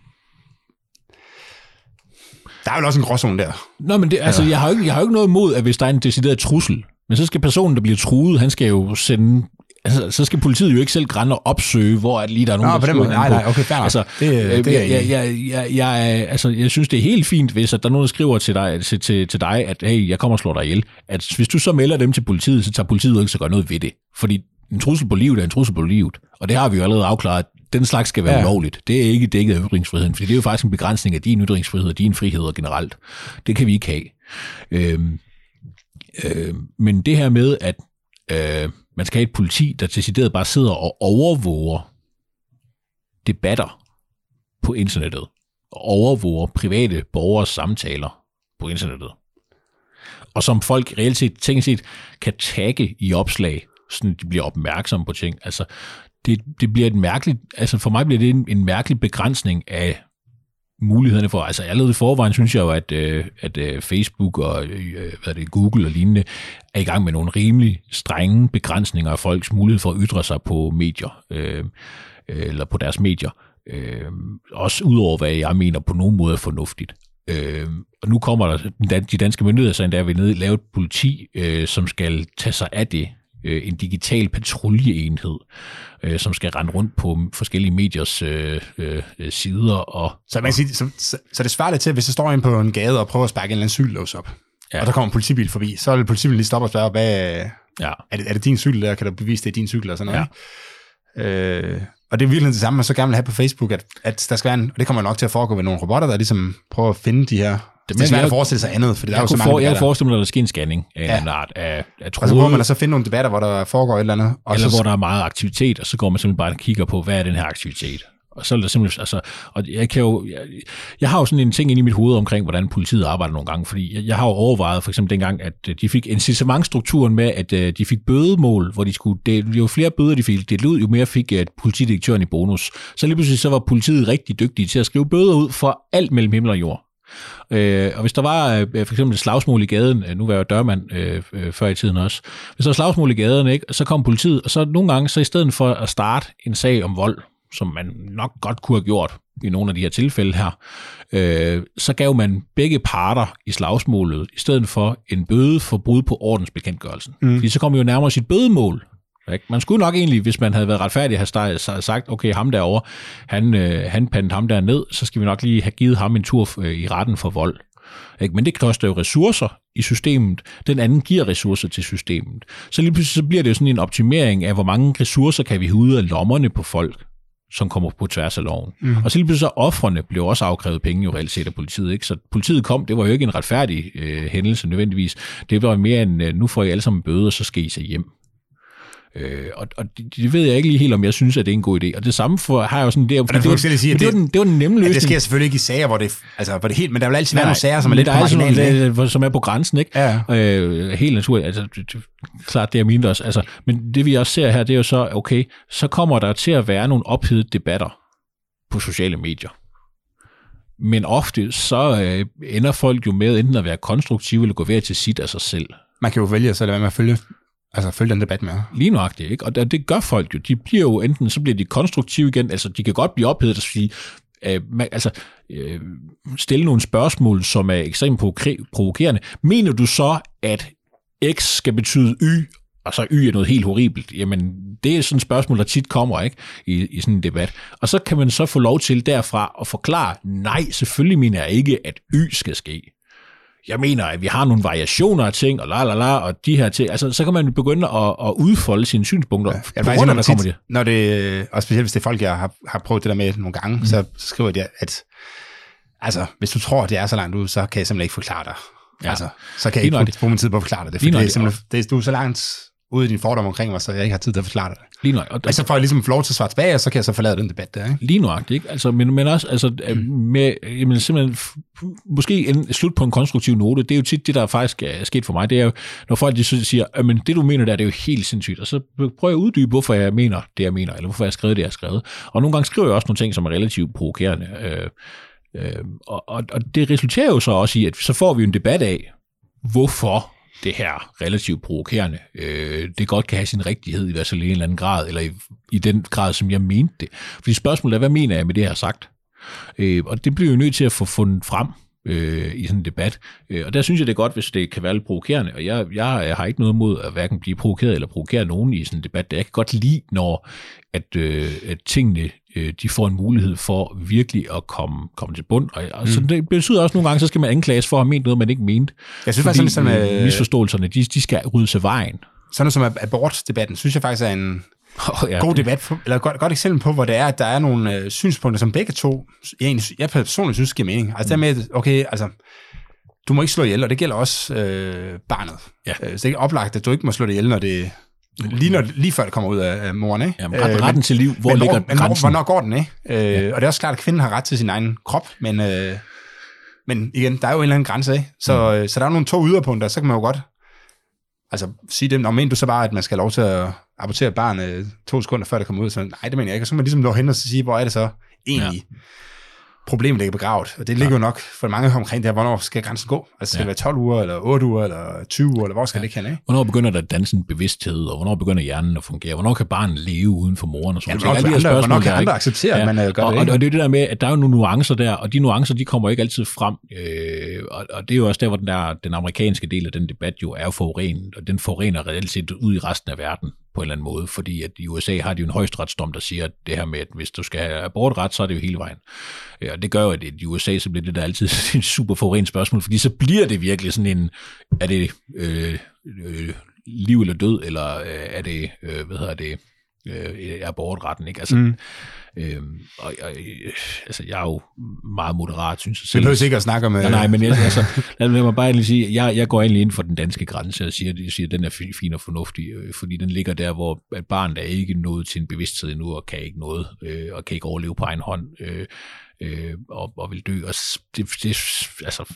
Der er jo også en gråzone der. Nå, men det, altså, jeg har jo ikke, jeg har jo ikke noget imod, at hvis der er en decideret trussel, men så skal personen, der bliver truet, han skal jo sende... Altså, så skal politiet jo ikke selv grænne og opsøge, hvor at lige der er nogen, Nå, der på den, nej, nej, okay, fair. Altså, det, det er jeg, jeg, jeg, jeg, altså, jeg synes, det er helt fint, hvis at der er nogen, der skriver til dig, til, til, til dig, at hey, jeg kommer og slår dig ihjel. At hvis du så melder dem til politiet, så tager politiet ikke så godt noget ved det. Fordi en trussel på livet er en trussel på livet. Og det har vi jo allerede afklaret. Den slags skal være ja. ulovligt. Det er ikke dækket af ytringsfriheden, fordi det er jo faktisk en begrænsning af din ytringsfrihed og dine friheder generelt. Det kan vi ikke have. Øhm, øhm, men det her med, at øh, man skal have et politi, der decideret bare sidder og overvåger debatter på internettet, og overvåger private borgers samtaler på internettet. Og som folk reelt set, tænkt set, kan tagge i opslag, så de bliver opmærksomme på ting. Altså, det, det bliver et mærkeligt, altså for mig bliver det en, en mærkelig begrænsning af mulighederne for, altså allerede i forvejen synes jeg jo, at, at Facebook og hvad det, Google og lignende er i gang med nogle rimelig strenge begrænsninger af folks mulighed for at ytre sig på medier, øh, eller på deres medier. Øh, også udover, hvad jeg mener på nogen måde er fornuftigt. Øh, og nu kommer der de danske myndigheder, så endda vil ned lave et politi, øh, som skal tage sig af det. En digital patruljeenhed, øh, som skal rende rundt på forskellige mediers øh, øh, sider. Og, så, man kan sige, så, så, så det svarer lidt til, hvis jeg står inde på en gade og prøver at sparke en eller anden cykellås op, ja. Og der kommer en politibil forbi, så vil politibilen lige stoppe og spørge, hvad, ja. er, det, er det din cykel der? Kan du bevise, det er din cykel? Og sådan noget, ja. øh, og det er virkelig det samme, man så gerne vil have på Facebook, at, at der skal være en, og det kommer nok til at foregå ved nogle robotter, der ligesom prøver at finde de her. Det, det er svært at forestille sig andet, for der er jo så mange for, Jeg kan forestille mig, at der sker en scanning af ja. en art af, af tråde. Og så prøver man så finde nogle debatter, hvor der foregår et eller andet. Og eller så, hvor der er meget aktivitet, og så går man simpelthen bare og kigger på, hvad er den her aktivitet. Og så er der simpelthen, altså, og jeg kan jo, jeg, jeg har jo sådan en ting inde i mit hoved omkring, hvordan politiet arbejder nogle gange, fordi jeg, jeg har jo overvejet for eksempel dengang, at de fik incitamentstrukturen med, at de fik bødemål, hvor de skulle, det, jo flere bøder de fik delt ud, jo mere fik politidirektøren i bonus. Så lige pludselig så var politiet rigtig dygtige til at skrive bøder ud for alt mellem himmel og jord. Øh, og hvis der var øh, for eksempel et slagsmål i gaden, øh, nu var jeg jo dørmand øh, øh, før i tiden også, hvis der var slagsmål i gaden, ikke, så kom politiet, og så nogle gange, så i stedet for at starte en sag om vold, som man nok godt kunne have gjort i nogle af de her tilfælde her, øh, så gav man begge parter i slagsmålet, i stedet for en bøde for brud på ordensbekendtgørelsen. Mm. Fordi så kom vi jo nærmere sit bødemål. Man skulle nok egentlig, hvis man havde været retfærdig, have sagt, okay, ham derovre, han, øh, han pandte ham der ned, så skal vi nok lige have givet ham en tur øh, i retten for vold. Ikke? Men det koster jo ressourcer i systemet. Den anden giver ressourcer til systemet. Så lige pludselig så bliver det jo sådan en optimering af, hvor mange ressourcer kan vi have ud af lommerne på folk, som kommer på tværs af loven. Mm. Og så lige pludselig så offrene blev også afkrævet penge jo reelt set af politiet. Ikke? Så politiet kom, det var jo ikke en retfærdig øh, hændelse nødvendigvis. Det var mere en, øh, nu får I alle sammen bøde, og så skal I sig hjem. Øh, og, og det, det ved jeg ikke lige helt, om jeg synes, at det er en god idé. Og det samme for, har jeg jo sådan... Det, det, det, det, sige, det, det, det var den nemme løsning. Ja, det sker selvfølgelig ikke i sager, hvor det, altså, hvor det helt... Men der vil altid være nogle sager, som er lidt på marginalen. Nogle, som er på grænsen, ikke? Ja. Øh, helt naturligt. Altså, det, det, klart, det er mindre også. Altså, men det vi også ser her, det er jo så, okay, så kommer der til at være nogle ophedede debatter på sociale medier. Men ofte så øh, ender folk jo med enten at være konstruktive eller gå ved til sit af sig selv. Man kan jo vælge at så lade være med at følge, altså følge den debat med. Lige nøjagtigt, ikke? Og det, det gør folk jo. De bliver jo enten, så bliver de konstruktive igen, altså de kan godt blive ophedet og sige, øh, man, altså øh, stille nogle spørgsmål, som er ekstremt provokerende. Mener du så, at X skal betyde Y, og så Y er noget helt horribelt? Jamen, det er sådan et spørgsmål, der tit kommer, ikke? I, i sådan en debat. Og så kan man så få lov til derfra at forklare, nej, selvfølgelig mener jeg ikke, at Y skal ske. Jeg mener, at vi har nogle variationer af ting, og la la la, og de her ting. Altså, så kan man begynde at, at udfolde sine synspunkter. Ja, jeg faktisk, der kommer det. Når det, og specielt hvis det er folk, jeg har, har prøvet det der med nogle gange, mm. så skriver de, at altså, hvis du tror, det er så langt ud, så kan jeg simpelthen ikke forklare dig. Ja. Altså, så kan jeg ikke bruge min tid på at forklare dig det, for det er simpelthen, det, du er så langt ude i din fordom omkring mig, så jeg ikke har tid til at forklare dig det. Lige nøjagtigt. Og, og så får jeg ligesom lov til at svare tilbage, og så kan jeg så forlade den debat der, ikke? Lige nøjagtigt, ikke? Altså, men, men også, altså, mm. med, jamen, simpelthen, måske en slut på en konstruktiv note, det er jo tit det, der faktisk er sket for mig, det er jo, når folk de siger, men det du mener der, det er jo helt sindssygt, og så prøver jeg at uddybe, hvorfor jeg mener det, jeg mener, eller hvorfor jeg har skrevet det, jeg har skrevet. Og nogle gange skriver jeg også nogle ting, som er relativt provokerende, øh, øh, og, og, og det resulterer jo så også i, at så får vi en debat af, hvorfor det her relativt provokerende, øh, det godt kan have sin rigtighed i hvert fald i en eller anden grad, eller i, i den grad, som jeg mente det. Fordi spørgsmålet er, hvad mener jeg med det, jeg har sagt? Øh, og det bliver jo nødt til at få fundet frem øh, i sådan en debat. Øh, og der synes jeg, det er godt, hvis det kan være lidt provokerende. Og jeg, jeg, jeg har ikke noget imod at hverken blive provokeret eller provokere nogen i sådan en debat. Jeg kan godt lide, når at, øh, at tingene de får en mulighed for virkelig at komme, komme til bund. Og, og mm. så det betyder også nogle gange, så skal man anklages for at have ment noget, man ikke mente. Jeg synes faktisk, sådan, øh, misforståelserne, de, de skal ryddes af vejen. Sådan noget som abortdebatten, synes jeg faktisk er en oh, ja, god debat, på, eller et godt, godt eksempel på, hvor det er, at der er nogle øh, synspunkter, som begge to, jeg, jeg personligt synes, giver mening. Altså mm. der med, okay, altså, du må ikke slå ihjel, og det gælder også øh, barnet. Ja. Så det er ikke oplagt, at du ikke må slå det ihjel, når det Lige, når, lige før det kommer ud af moren, ikke? Jamen, retten, retten til liv, hvor men, ligger men, grænsen? Hvornår går den, ikke? Øh, ja. Og det er også klart, at kvinden har ret til sin egen krop, men, øh, men igen, der er jo en eller anden grænse, ikke? Så, mm. så der er jo nogle to yderpunkter, så kan man jo godt altså sige dem, og mener du så bare, at man skal have lov til at abortere et barn øh, to sekunder før det kommer ud, så nej, det mener jeg ikke. Og så kan man ligesom lov hen og sige, hvor er det så egentlig ja. problemet ligger begravet. Og det ligger ja. jo nok for mange omkring det her, hvornår skal grænsen gå? Altså skal ja. det være tolv uger, eller otte uger, eller tyve uger, eller hvor skal ja. det hen, ikke? Hvornår begynder der at danse en bevidsthed, og hvornår begynder hjernen at fungere? Hvornår kan barnet leve uden for moren? Og sådan ja, hvornår, andre, hvornår kan andre acceptere, ja. at man gør og, det, og, og det er det der med, at der er jo nogle nuancer der, og de nuancer, de kommer ikke altid frem. Øh, og, og det er jo også der, hvor den, der, den amerikanske del af den debat jo er forurenet, og den forurener reelt set ud i resten af verden på en eller anden måde, fordi at i U S A har de jo en højesteretsdom, der siger, at det her med, at hvis du skal have abortret, så er det jo hele vejen. Og det gør jo, at i U S A, så bliver det der altid et super forurenet spørgsmål, fordi så bliver det virkelig sådan en, er det øh, øh, liv eller død, eller øh, er det, øh, hvad hedder det, øh, abortretten, ikke? Altså, mm. øh, og, og, altså, jeg er jo meget moderat, synes jeg selv. Vi behøver sikkert at snakke om... Nej, nej, men jeg, altså, lad mig bare egentlig sige, jeg, jeg går egentlig ind for den danske grænse, og siger, jeg siger, at den er fin og fornuftig, øh, fordi den ligger der, hvor et barn, der er ikke nået til en bevidsthed endnu, og kan ikke noget, øh, og kan ikke overleve på egen hånd, øh, øh, og, og vil dø. Og det, det, altså,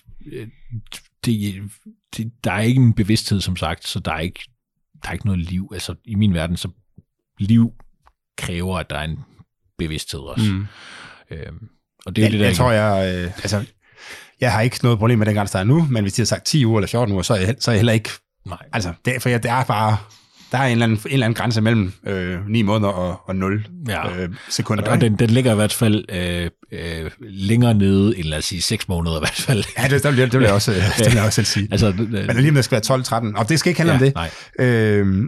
det, det, der er ikke en bevidsthed, som sagt, så der er ikke, der er ikke noget liv. Altså, i min verden, så liv kræver, at der er en bevidsthed også. Mm. Øhm, og det er ja, det, der jeg tror, jeg... Øh, altså, jeg har ikke noget problem med den grænse, der er nu, men hvis de har sagt ti uger eller fjorten uger, så er jeg, så er jeg heller ikke... Nej. Altså, det, for jeg, det er bare... Der er en eller anden, en eller anden grænse mellem øh, ni måneder og, og nul ja. øh, sekunder. Og den, den ligger i hvert fald øh, øh, længere nede, end lad os sige seks måneder i hvert fald. Ja, det, det, vil, jeg, det vil jeg også, det vil jeg også selv sige. Altså, øh, men alligevel skal være tolv tretten, og det skal ikke handle ja, om det. Nej. Øh,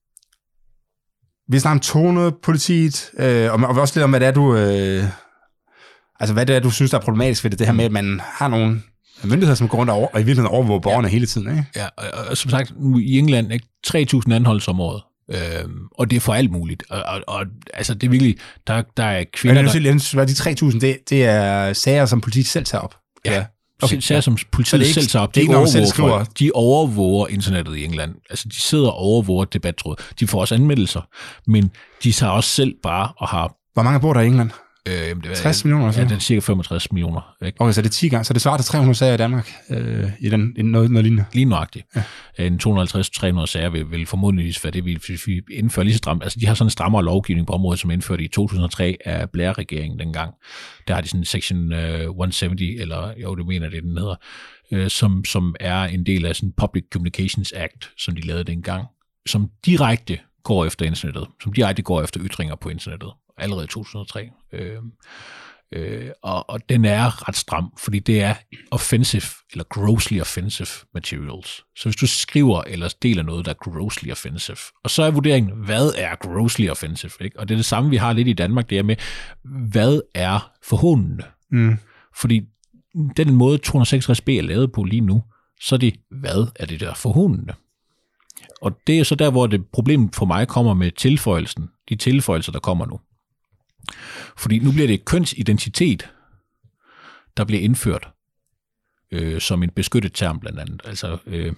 vi snakker om tone, politiet, øh, og, og også lidt om, hvad det er, du... Øh, altså, hvad det er, du synes, der er problematisk ved det, det her med, at man har nogle myndigheder, som går rundt over, og i virkeligheden overvåger borgerne ja. hele tiden, ikke? Ja, og, og som sagt, nu i England, ikke, tre tusind anholdelser om året, øhm, og det er for alt muligt, og, og, og altså, det er virkelig, der, der er kvinder, men, der... Men de tre tusind, det, det er sager, som politiet selv tager op. Ja, Okay, ja. Som politiet ikke, selv tager op. De, ikke, overvåger, de overvåger internettet i England. Altså, de sidder og overvåger debattråd. De får også anmeldelser, men de tager også selv bare og har... Hvor mange bor der i England? Øh, det er, tres millioner? Ja, det er cirka femogtres millioner. Ikke? Okay, så det er ti gange. Så det svarer til tre hundrede sager i Danmark øh, i den, i noget, noget lignende? Lige nøjagtigt. Ja. En to hundrede og halvtreds til tre hundrede sager vil, vil formodentligvis være det, vi, vi indfører lige så stramt. Altså, de har sådan en strammere lovgivning på området, som indførte i to tusind og tre af Blair-regeringen dengang. Der har de sådan en section uh, et hundrede og halvtreds, eller jo, det mener det, den hedder, uh, som, som er en del af sådan Public Communications Act, som de lavede dengang, som direkte går efter internettet, som direkte går efter ytringer på internettet, allerede i to tusind og tre. Øh, øh, og, og den er ret stram, fordi det er offensive, eller grossly offensive materials. Så hvis du skriver eller deler noget, der er grossly offensive, og så er vurderingen, hvad er grossly offensive? Ikke? Og det er det samme, vi har lidt i Danmark, det er med, hvad er forhåndende? Mm. Fordi den måde to hundrede og seksogtres b er lavet på lige nu, så er det, hvad er det der forhåndende? Og det er så der, hvor det problem for mig kommer med tilføjelsen, de tilføjelser, der kommer nu. Fordi nu bliver det kønsidentitet, der bliver indført øh, som en beskyttet term blandt andet. Altså, øh,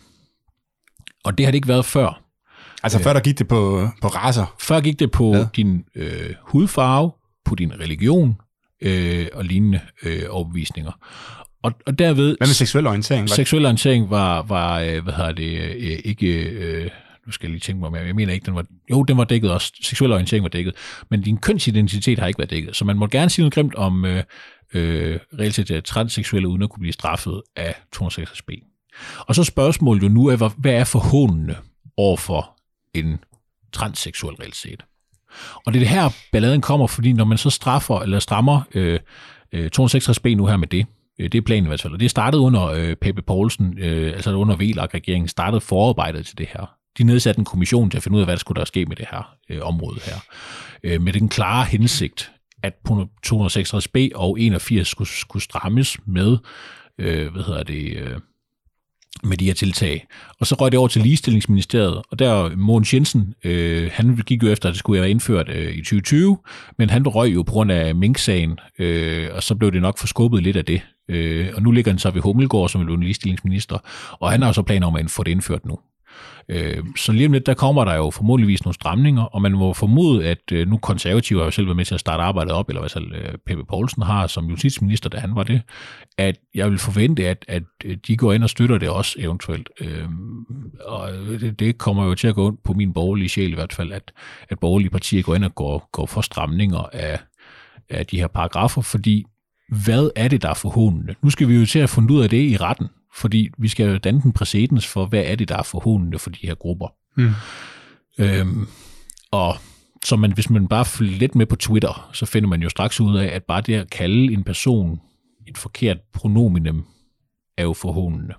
og det har det ikke været før. Altså før der gik det på, på racer? Før gik det på ja. din øh, hudfarve, på din religion øh, og lignende øh, overbevisninger. Og, og derved... Hvad med seksuel orientering? Seksuel orientering var, var øh, hvad hedder det, øh, ikke... Øh, nu skal jeg lige tænke mig om, jeg mener ikke, den var... Jo, den var dækket også. Seksuel orientering var dækket. Men din kønsidentitet har ikke været dækket. Så man må gerne sige noget grimt om øh, øh, reelt set transseksuelle, uden at kunne blive straffet af to hundrede og seksogtres b. Og så spørgsmålet jo nu er, hvad er forhåndende overfor en transseksuel reelt set? Og det er det her, balladen kommer, fordi når man så straffer, eller strammer øh, øh, to hundrede og seksogtres b nu her med det, det er planen i hvert fald, og det startede under øh, Pape Poulsen, øh, altså under V L A K-regeringen, startede forarbejdet til det her. De nedsatte en kommission til at finde ud af, hvad der skulle der ske med det her øh, område her. Øh, med den klare hensigt, at to hundrede og seksogtres b og enogfirs skulle, skulle strammes med, øh, hvad hedder det, øh, med de her tiltag. Og så røg det over til Ligestillingsministeriet, og der Mogens Jensen, øh, han gik jo efter, at det skulle være indført øh, i tyve tyve, men han røg jo på grund af Mink-sagen, øh, og så blev det nok forskubbet lidt af det. Øh, og nu ligger han så ved Hummelgaard, som er en ligestillingsminister, og han har jo så planer om at få det indført nu. Øh, så lige om lidt, der kommer der jo formodentligvis nogle stramninger, og man må formode, at øh, nu konservative har jo selv været med til at starte arbejdet op, eller hvad selv øh, Pape Poulsen har som justitsminister, da han var det, at jeg vil forvente, at, at de går ind og støtter det også eventuelt. Øh, og det, det kommer jo til at gå ind på min borgerlige sjæl i hvert fald, at, at borgerlige partier går ind og går, går for stramninger af, af de her paragrafer, fordi hvad er det, der er forhåndende? Nu skal vi jo til at finde ud af det i retten, fordi vi skal jo danne den præcedens for, hvad er det, der er forhåndende for de her grupper. Mm. Øhm, og så man, hvis man bare følger lidt med på Twitter, så finder man jo straks ud af, at bare det at kalde en person et forkert pronominem, er jo forhåndende.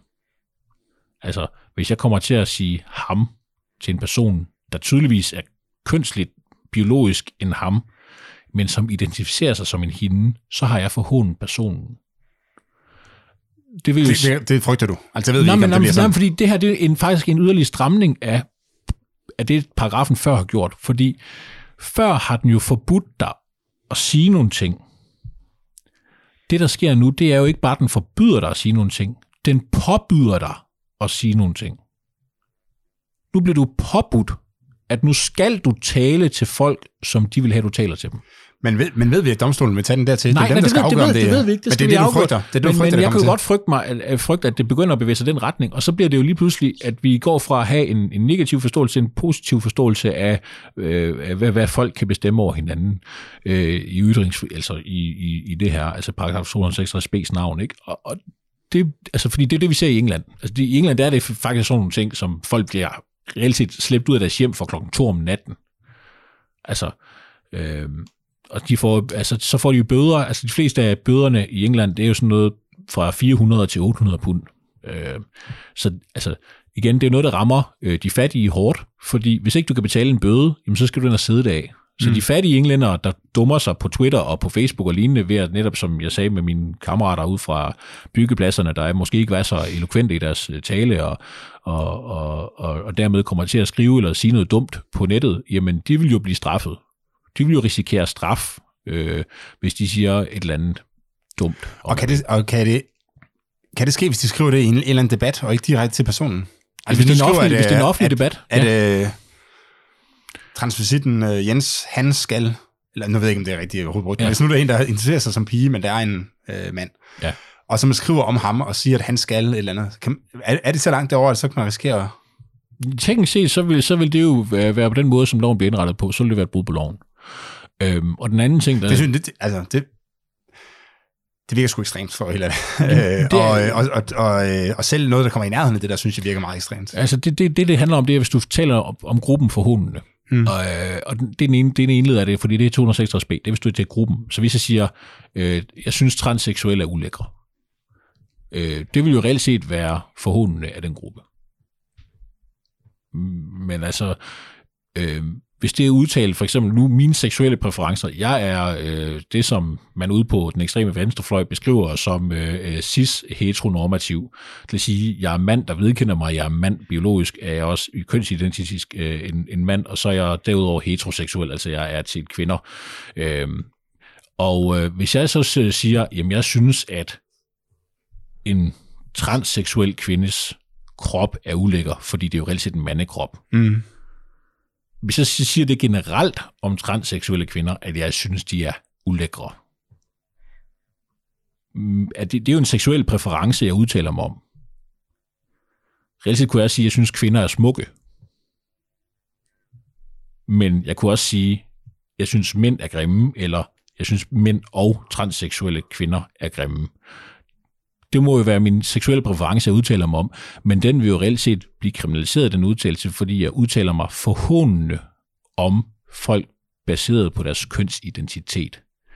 Altså, hvis jeg kommer til at sige ham til en person, der tydeligvis er kønsligt biologisk en ham, men som identificerer sig som en hende, så har jeg forhåndet personen. Det, vil jo... det, det, det frygter du. Altså, jeg ved nej, ikke, men, om det bliver sådan. Nej, fordi det her det er en, faktisk en yderligere stramning af, af det, paragrafen før har gjort. Fordi før har den jo forbudt dig at sige nogle ting. Det, der sker nu, det er jo ikke bare, at den forbyder dig at sige nogle ting. Den påbyder dig at sige nogle ting. Nu bliver du påbudt, at nu skal du tale til folk, som de vil have, du taler til dem. Men ved, men ved vi, at domstolen vil tage den der til? Nej, det er dem, nej, der det, skal ved, afgøre, det, ved, det ved vi ikke. Det men det er det, du frygter. Det er det, du men, frygter, men jeg kan jo til. godt frygte, mig, at, frygte, at det begynder at bevæge sig den retning, og så bliver det jo lige pludselig, at vi går fra at have en, en negativ forståelse til en positiv forståelse af, øh, af hvad, hvad folk kan bestemme over hinanden øh, i ytrings, altså i, i, i det her, altså paragraf to hundrede og seksogtres b's navn, ikke? Og, og det, altså fordi det er det, vi ser i England. Altså det, i England der er det faktisk sådan nogle ting, som folk bliver reelt set slæbt ud af deres hjem for klokken to om natten. Altså, øh, og de får, altså, så får de jo bøder, altså de fleste af bøderne i England, det er jo sådan noget fra fire hundrede til otte hundrede pund. Øh, så altså, igen, det er noget, der rammer øh, de fattige hårdt, fordi hvis ikke du kan betale en bøde, jamen, så skal du ind og sidde der af. Så mm. de fattige englændere, der dummer sig på Twitter og på Facebook og lignende, ved at netop, som jeg sagde med mine kammerater ud fra byggepladserne, der er måske ikke været så eloquente i deres tale, og, og, og, og, og dermed kommer til at skrive eller sige noget dumt på nettet, jamen de vil jo blive straffet. De vil jo risikere straf, øh, hvis de siger et eller andet dumt. Og kan det, og kan det kan det ske, hvis de skriver det i en, en eller anden debat, og ikke direkte til personen? Altså, hvis, det er en offentlig, hvis det er en offentlig at, debat. At, ja. at uh, transvestitten uh, Jens, han skal, eller nu ved jeg ikke, om det er rigtigt overhovedet, ja. Men hvis nu der er en, der interesserer sig som pige, men der er en uh, mand, ja. og som skriver om ham, og siger, at han skal et eller andet, kan, er, er det så langt derovre, at så kan man risikere... Teknisk set, så vil, så vil det jo være på den måde, som loven bliver indrettet på, så vil det være et brud på loven. Øhm, og den anden ting, der... Det, synes, det, altså, det, det virker sgu ekstremt for hele det. og, og, og, og, og selv noget, der kommer i nærheden af det, der synes jeg virker meget ekstremt. Altså, det, det, det, det handler om, det er, hvis du taler om, om gruppen for hundene. Mm. Og, og det er den ene, det er den ene led af det, fordi det er to hundrede og seksogtres b. Det er, hvis du er til gruppen. Så hvis jeg siger, øh, jeg synes, transseksuelle er ulækre. Øh, det vil jo reelt set være forhåndende af den gruppe. Men altså, øh, hvis det er udtalt, for eksempel nu, mine seksuelle præferencer, jeg er øh, det, som man ude på den ekstreme venstrefløj beskriver som øh, cis-heteronormativ. Det vil sige, jeg er mand, der vedkender mig, jeg er mand biologisk, er jeg også kønsidentisk øh, en, en mand, og så er jeg derudover heteroseksuel, altså jeg er til kvinder. Øh, og øh, hvis jeg så siger, jamen jeg synes, at en transseksuel kvindes krop er ulækker, fordi det er jo reelt set en mandekrop. Mm. Hvis jeg siger det generelt om transseksuelle kvinder, at jeg synes, de er ulækre. At det, det er jo en seksuel præference, jeg udtaler mig om. Reelt set kunne jeg sige, at jeg synes, kvinder er smukke. Men jeg kunne også sige, at jeg synes, mænd er grimme, eller jeg synes, mænd og transseksuelle kvinder er grimme. Det må jo være min seksuelle præference, jeg udtaler mig om, men den vil jo reelt set blive kriminaliseret, den udtalelse, fordi jeg udtaler mig forhåndende om folk baseret på deres kønsidentitet.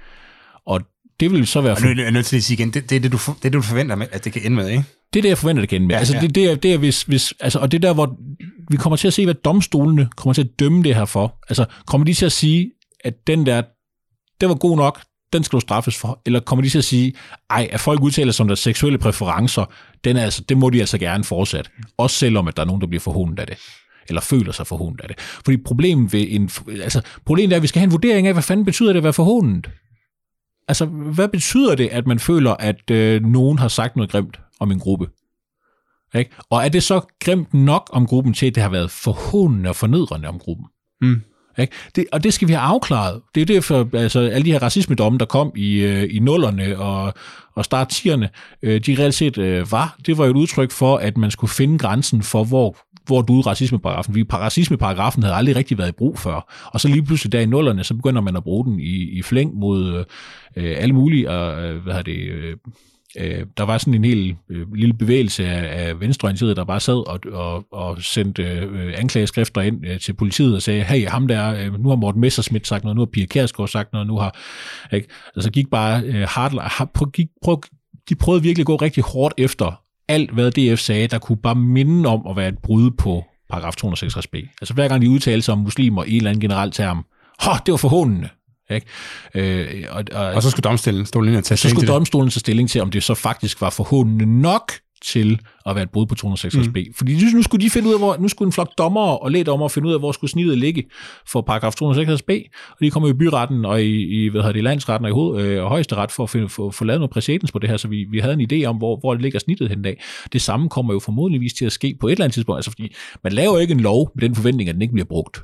Og det vil så være... For... Og nu er jeg nødt til at sige igen, det, det, er det, du, det er det, du forventer, med, at det kan ende med, ikke? Det er det, jeg forventer, det kan ende med. Ja, altså, ja. Det, det, er, det er hvis... hvis altså, og det er der, hvor vi kommer til at se, hvad domstolene kommer til at dømme det her for. Altså, kommer de til at sige, at den der, det var god nok, den skal du straffes for, eller kommer de til at sige, ej, at folk udtaler sig om deres seksuelle præferencer, den er altså, det må de altså gerne fortsætte, også selvom at der er nogen, der bliver forhånet af det, eller føler sig forhånet af det. Fordi problemet ved en, altså, problemet er, at vi skal have en vurdering af, hvad fanden betyder det at være forhånet? Altså, hvad betyder det, at man føler, at øh, nogen har sagt noget grimt om en gruppe? Ikke? Og er det så grimt nok om gruppen til, at det har været forhånende og fornedrende om gruppen? Mm. Ikke? Det, og det skal vi have afklaret. Det er derfor, altså alle de her racismedomme, der kom i, øh, i nullerne og, og start tierne, øh, de reelt set øh, var, det var jo et udtryk for, at man skulle finde grænsen for, hvor, hvor du er racismeparagrafen. Fordi racismeparagrafen havde aldrig rigtig været i brug før. Og så lige pludselig der i nullerne, så begynder man at bruge den i, i flæng mod øh, alle mulige, og, hvad hedder det... Øh, Der var sådan en helt øh, lille bevægelse af, af venstreorienterede, der bare sad og, og, og sendte øh, anklageskrifter ind øh, til politiet og sagde, hey, ham der, øh, nu har Morten Messerschmidt sagt noget, nu har Pia Kjærsgaard sagt noget, nu har... Ikke? Altså gik bare øh, hard, hard, gik, prøv, de prøvede virkelig at gå rigtig hårdt efter alt, hvad D F sagde, der kunne bare minde om at være et brud på paragraf to hundrede og seksogtres b. Altså hver gang de udtalte sig om muslimer i en eller anden generelt term, hå, det var forhåndende. Ikke? Øh, og, og, og så skulle domstolen stå lige tage så skulle domstolen tage stilling til, om det så faktisk var forhåndende nok til at være et brud på to hundrede og seksogtres b. Mm. Fordi nu skulle de finde ud af, hvor, nu skulle en flok dommere og lægdommere finde ud af, hvor skulle snittet ligge for paragraf to hundrede og seksogtres b, og de kommer i byretten og i, i hvad hedder det, landsretten og i hoved, øh, og højesteret for at finde, for, for lavet noget præcedens på det her, så vi, vi havde en idé om, hvor, hvor det ligger snittet hen dag. Det samme kommer jo formodentligvis til at ske på et eller andet tidspunkt, altså fordi man laver ikke en lov med den forventning, at den ikke bliver brugt.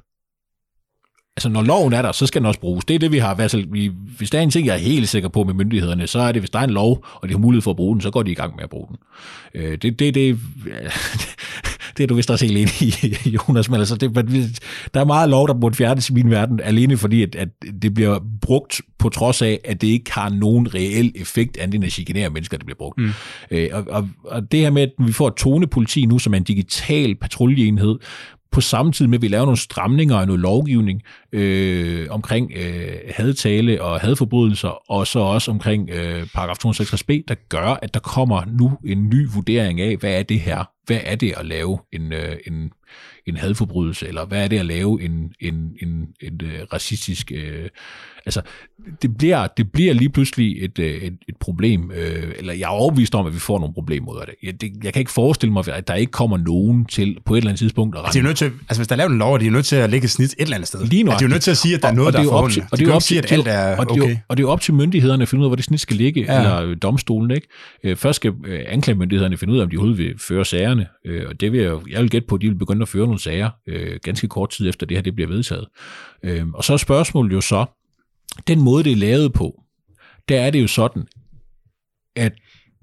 Altså, når loven er der, så skal den også bruges. Det er det, vi har. Altså, vi, hvis der er en ting, jeg er helt sikker på med myndighederne, så er det, hvis der er en lov, og de har mulighed for at bruge den, så går de i gang med at bruge den. Øh, det, det, det, det er du vist også helt enig i, Jonas. Men altså, det, der er meget lov, der burde fjernes i min verden, alene fordi, at, at det bliver brugt på trods af, at det ikke har nogen reel effekt, andet end at chikanere mennesker, der bliver brugt. Mm. Øh, og, og, og det her med, at vi får et tonepoliti nu, som er en digital patruljeenhed, på samme tid med, at vi laver nogle stramninger og noget lovgivning øh, omkring øh, hadtale og hadforbrydelser, og så også omkring øh, paragraf to hundrede og seksogtres b, der gør, at der kommer nu en ny vurdering af, hvad er det her hvad er det at lave en, øh, en, en hadforbrydelse, eller hvad er det at lave en, en, en, en, en racistisk... Øh, altså, det bliver, det bliver lige pludselig et, et, et problem, øh, eller jeg er overbevist om, at vi får nogle problemer ud af det. Jeg, det. jeg kan ikke forestille mig, at der ikke kommer nogen til på et eller andet tidspunkt. Altså, de er nødt til, altså hvis der er lavet en lov, er de nødt til at lægge et snit et eller andet sted. Lige nu. Altså, de er nødt til at sige, at der er noget, og, og der er forhåndende. Og de det er op sige, at alt er og okay. Det er, og det er op til myndighederne at finde ud af, hvor det snit skal ligge, ja. eller domstolen, ikke? Først skal anklagemyndighederne finde ud af, om de overhovedet vil føre sagerne, og det vil jeg, jeg vil gætte på, at de vil begynde at føre nogle sager ganske kort tid efter det her, det bliver vedtaget. Og så er spørgsmålet jo så, den måde, det er lavet på, der er det jo sådan, at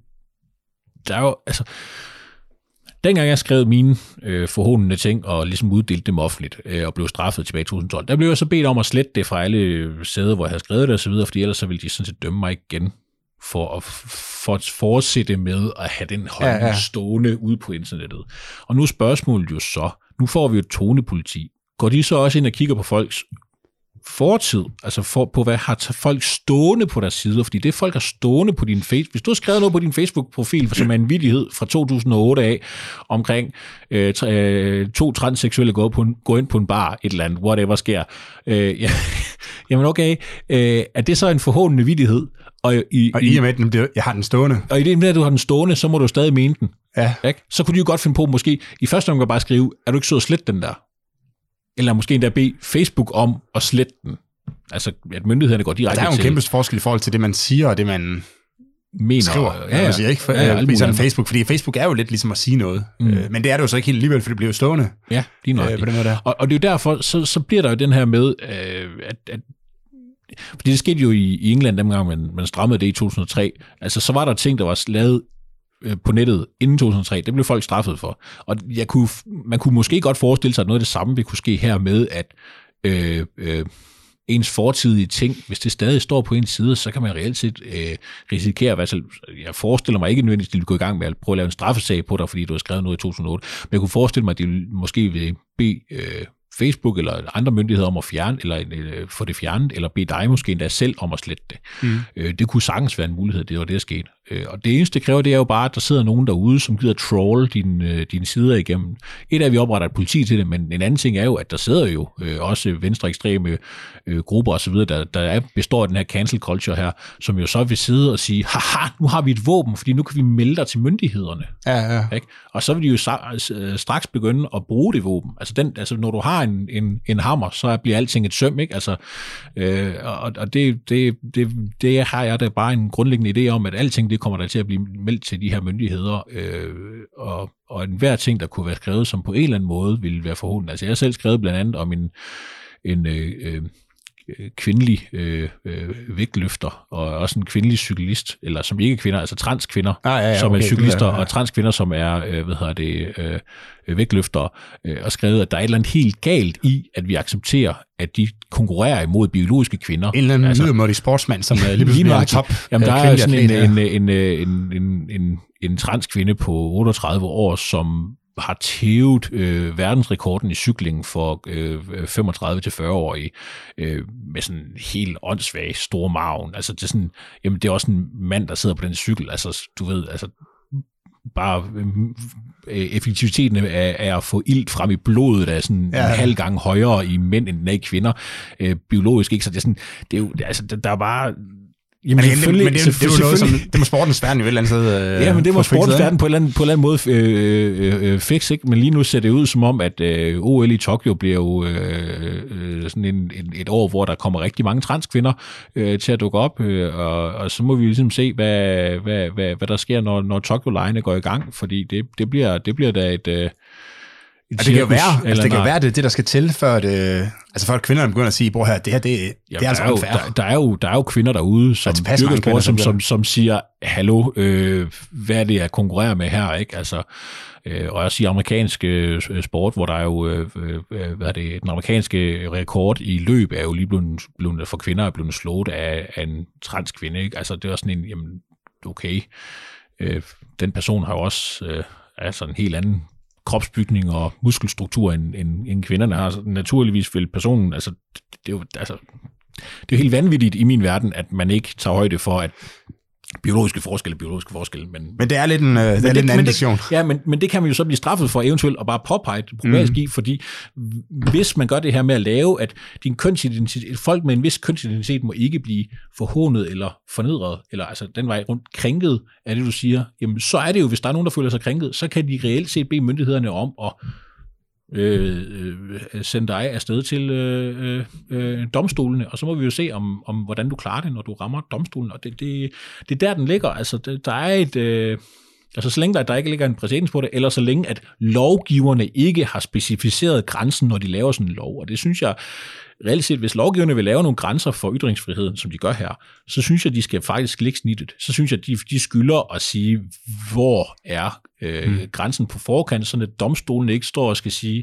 der er jo, altså, dengang jeg skrev mine øh, forhåndende ting, og ligesom uddelte dem offentligt, øh, og blev straffet tilbage i to tusind og tolv, der blev jeg så bedt om at slette det fra alle steder, hvor jeg havde skrevet det og så videre, fordi ellers så ville de sådan set dømme mig igen, for at, for at fortsætte med at have den holdning ja, ja. stående ude på internettet. Og nu er spørgsmålet jo så, nu får vi jo et tonepoliti. Går de så også ind og kigger på folks fortid, altså for, på hvad har folk stående på deres sider, fordi det folk har stående på din Facebook. Hvis du har skrevet noget på din Facebook-profil, som er en vittighed fra to tusind og otte af, omkring øh, tre, to transseksuelle går, på en, går ind på en bar, et eller andet, whatever sker, øh, ja, jamen okay, øh, er det så en forhåndende vittighed? Og i, og i og med, at jeg har den stående. Og i det med, at du har den stående, så må du stadig mene den. Ja. Ikke? Så kunne de jo godt finde på, måske i første omgang bare skrive, er du ikke sød at slette den der? Eller måske endda bede Facebook om at slette den. Altså, at myndighederne går direkte til... Der er jo en kæmpe forskel i forhold til det, man siger, og det, man mener. Skriver. Ja, ja. Jeg siger ikke for, ja, ja, sådan Facebook, fordi Facebook er jo lidt ligesom at sige noget. Mm. Øh, men det er det jo så ikke helt alligevel, for det bliver jo stående. Ja, lige nok. Øh, på den måde der. Og, og det er jo derfor, så, så bliver der jo den her med, øh, at, at fordi det skete jo i, i England, dengang man, man strammede det i to tusind og tre. Altså, så var der ting, der var lavet på nettet inden to tusind og tre, det blev folk straffet for. Og jeg kunne, man kunne måske godt forestille sig, at noget af det samme vil kunne ske her med, at øh, øh, ens fortidige ting, hvis det stadig står på ens side, så kan man reelt set øh, risikere, hvad så, jeg forestiller mig ikke nødvendigvis, at de vil gå i gang med at prøve at lave en straffesag på dig, fordi du har skrevet noget i to tusind og otte, men jeg kunne forestille mig, at de måske vil bede øh, Facebook eller andre myndigheder om at fjerne, eller øh, få det fjernet, eller bede dig måske endda selv om at slette det. Mm. Øh, det kunne sagtens være en mulighed, det var det, der skete. Øh, og det eneste, det kræver, det er jo bare, at der sidder nogen derude, som gider trolle dine, øh, dine sider igennem. Et af, at vi opretter et politi til det, men en anden ting er jo, at der sidder jo øh, også venstre ekstreme øh, grupper osv., der, der er, består af den her cancel culture her, som jo så vil sidde og sige, haha, nu har vi et våben, fordi nu kan vi melde dig til myndighederne. Ja, ja. Ikke? Og så vil de jo straks begynde at bruge det våben. Altså, den, altså når du har en, en, en hammer, så bliver alting et søm, ikke? Altså, øh, og og det, det, det, det har jeg da bare en grundlæggende idé om, at alting det kommer der til at blive meldt til de her myndigheder, øh, og, og enhver ting, der kunne være skrevet, som på en eller anden måde ville være forhåndende. Altså, jeg har selv skrevet blandt andet om en, en øh, øh, kvindelig øh, øh, vægtløfter, og også en kvindelig cyklist, eller som ikke er kvinder, altså transkvinder, ah, ja, ja, som okay, er cyklister, ja, ja. Og transkvinder, som er, øh, hvad hedder det, øh, vægtløftere, øh, og skrevet, at der er et eller andet helt galt i, at vi accepterer, at de konkurrerer imod biologiske kvinder. En eller anden altså, middelmådig sportsmand, som er lige pludselig en top. Jamen, der er sådan en, en, en, en, en, en, en transkvinde på otteogtredive år, som har tævet øh, verdensrekorden i cykling for øh, femogtredive til fyrre-årige øh, med sådan en helt åndssvag stor maven. Altså det er sådan, jamen det er også en mand, der sidder på den cykel. Altså du ved, altså bare øh, effektiviteten af, af at få ilt frem i blodet er sådan ja, ja. en halv gang højere i mænd, end den er i kvinder. Øh, biologisk ikke, så det er sådan, det er jo, altså der er bare... Jamen, men, selvfølgelig, men det, det, det er jo noget, som, det må sportens verden jo et eller andet sted øh, ja, men det må sportens verden på en eller anden, på en eller anden måde øh, øh, fikse, ikke? Men lige nu ser det ud som om, at øh, O L i Tokyo bliver jo øh, øh, sådan en, en, et år, hvor der kommer rigtig mange transkvinder øh, til at dukke op, øh, og, og så må vi ligesom se, hvad, hvad, hvad, hvad der sker, når, når Tokyo-lejene går i gang, fordi det, det, bliver, det bliver da et... Øh, Altså, det kan jo være, altså, det kan jo være det, det, der skal til, før, det, altså, før kvinderne begynder at sige, bror her, det her, det, Jamen, det er altså der, er jo, der, der, er jo, der er jo kvinder derude, som dyrker sport, som, som, som siger, hallo, øh, hvad er det, jeg konkurrerer med her, ikke? Altså, øh, og jeg siger amerikansk øh, sport, hvor der er jo, øh, øh, hvad er det, den amerikanske rekord i løb er jo lige blevet, blevet for kvinder, er blevet slået af, af en transkvinde, ikke? Altså, det er sådan en, jamen, okay, øh, den person har jo også øh, altså en helt anden kropsbygning og muskelstruktur end, end, end kvinderne har. Altså, naturligvis vil personen, altså det er jo altså, det er jo helt vanvittigt i min verden, at man ikke tager højde for, at biologiske forskelle, biologiske forskelle. Men, men det er lidt en, øh, det er det, lidt en anden diskussion. Ja, men, men det kan man jo så blive straffet for eventuelt at bare påpege det problematisk mm. i, fordi hvis man gør det her med at lave, at din kønsidentitet, folk med en vis kønsidentitet må ikke blive forhånet eller fornedret, eller altså den vej rundt krænket af det, du siger, jamen så er det jo, hvis der er nogen, der føler sig krænket, så kan de reelt set bede myndighederne om at Øh, øh, sende dig afsted til øh, øh, domstolene, og så må vi jo se, om, om hvordan du klarer det, når du rammer domstolen, og det, det, det er der, den ligger. Altså, det, der er et... Øh, altså, så længe der, der ikke ligger en præcedens på det, eller så længe, at lovgiverne ikke har specificeret grænsen, når de laver sådan en lov, og det synes jeg, reelt set, hvis lovgiverne vil lave nogle grænser for ytringsfriheden, som de gør her, så synes jeg, de skal faktisk ligge snittet. Så synes jeg, de, de skylder at sige, hvor er øh, mm. grænsen på forkant, sådan at domstolen ikke står og skal sige,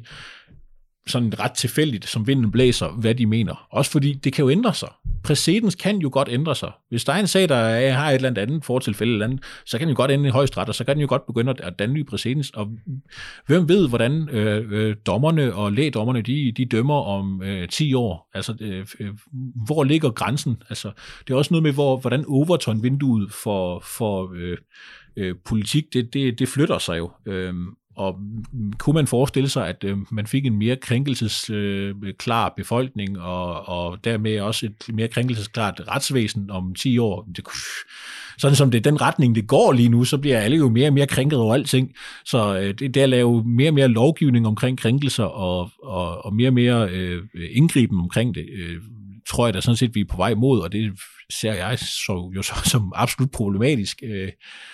sådan ret tilfældigt, som vinden blæser, hvad de mener. Også fordi det kan jo ændre sig. Præcedens kan jo godt ændre sig. Hvis der er en sag, der er, har et eller andet andet fortilfælde, eller andet, så kan den jo godt ende i højesteret, og så kan den jo godt begynde at danne ny præcedens. Og hvem ved, hvordan øh, øh, dommerne og lægdommerne, de, de dømmer om øh, ti år? Altså, øh, øh, hvor ligger grænsen? Altså, det er også noget med, hvor, hvordan Overton-vinduet for, for øh, øh, politik, det, det, det flytter sig jo. Øh, Og kunne man forestille sig, at øh, man fik en mere krænkelsesklar øh, befolkning, og, og dermed også et mere krænkelsesklart retsvæsen om ti år? Det, sådan som det er den retning, det går lige nu, så bliver alle jo mere og mere krænket over alting. Så øh, det, det at lave mere og mere lovgivning omkring krænkelser, og, og, og mere og mere øh, indgriben omkring det, øh, tror jeg da sådan set, vi er på vej mod, og det ser jeg så, jo så, som absolut problematisk, øh,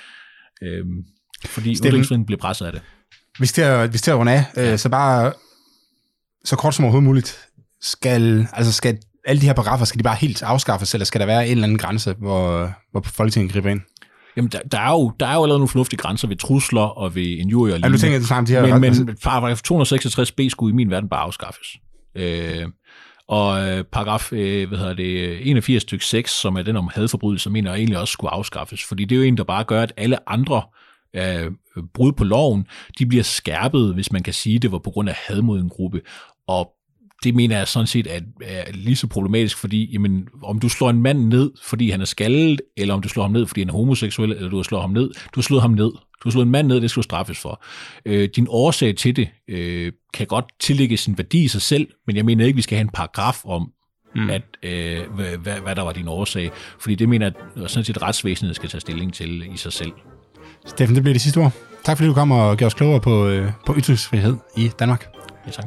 øh, fordi ytringsfriheden bliver presset af det. Hvis det er, hvis det er rundt af, ja. øh, så bare så kort som overhovedet muligt, skal, altså skal alle de her paragraffer, skal de bare helt afskaffes, eller skal der være en eller anden grænse, hvor, hvor Folketinget griber ind? Jamen, der, der, er jo, der er jo allerede nogle fornuftige grænser ved trusler og ved injurier og lignende. Ja, du tænker det samme, de her... Men, men paragraf to hundrede seksogtres b skulle i min verden bare afskaffes. Øh, og øh, paragraf øh, hvad hedder det, enogfirs stykke seks, som er den om hadforbrydelser, mener jeg egentlig også skulle afskaffes. Fordi det er jo en, der bare gør, at alle andre øh, brud på loven, de bliver skærpet, hvis man kan sige, det var på grund af had mod en gruppe. Og det mener jeg sådan set er, er lige så problematisk, fordi jamen, om du slår en mand ned, fordi han er skaldet, eller om du slår ham ned, fordi han er homoseksuel, eller du slår ham ned, du har slået ham ned. Du har slået en mand ned, det skal du straffes for. Øh, din årsag til det øh, kan godt tillægge sin værdi i sig selv, men jeg mener ikke, vi skal have en paragraf om, mm. at, øh, hvad, hvad, hvad der var din årsag. Fordi det mener jeg, sådan set retsvæsenet skal tage stilling til i sig selv. Steffen, det bliver det sidste ord. Tak fordi du kom og gjorde os klogere på, øh, på ytringsfrihed i Danmark. Ja, tak.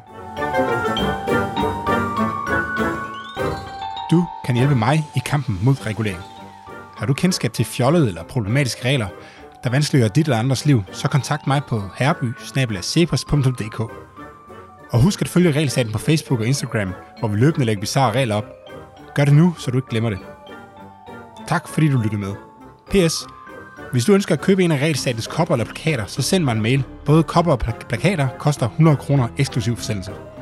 Du kan hjælpe mig i kampen mod regulering. Har du kendskab til fjollede eller problematiske regler, der vanskeliggør dit eller andres liv, så kontakt mig på herreby bindestreg cepos punktum d k. Og husk at følge Regelstaten på Facebook og Instagram, hvor vi løbende lægger bizarre regler op. Gør det nu, så du ikke glemmer det. Tak fordi du lyttede med. P S. Hvis du ønsker at købe en af Regelstatens kopper eller plakater, så send mig en mail. Både kopper og plakater koster hundrede kroner eksklusiv forsendelse.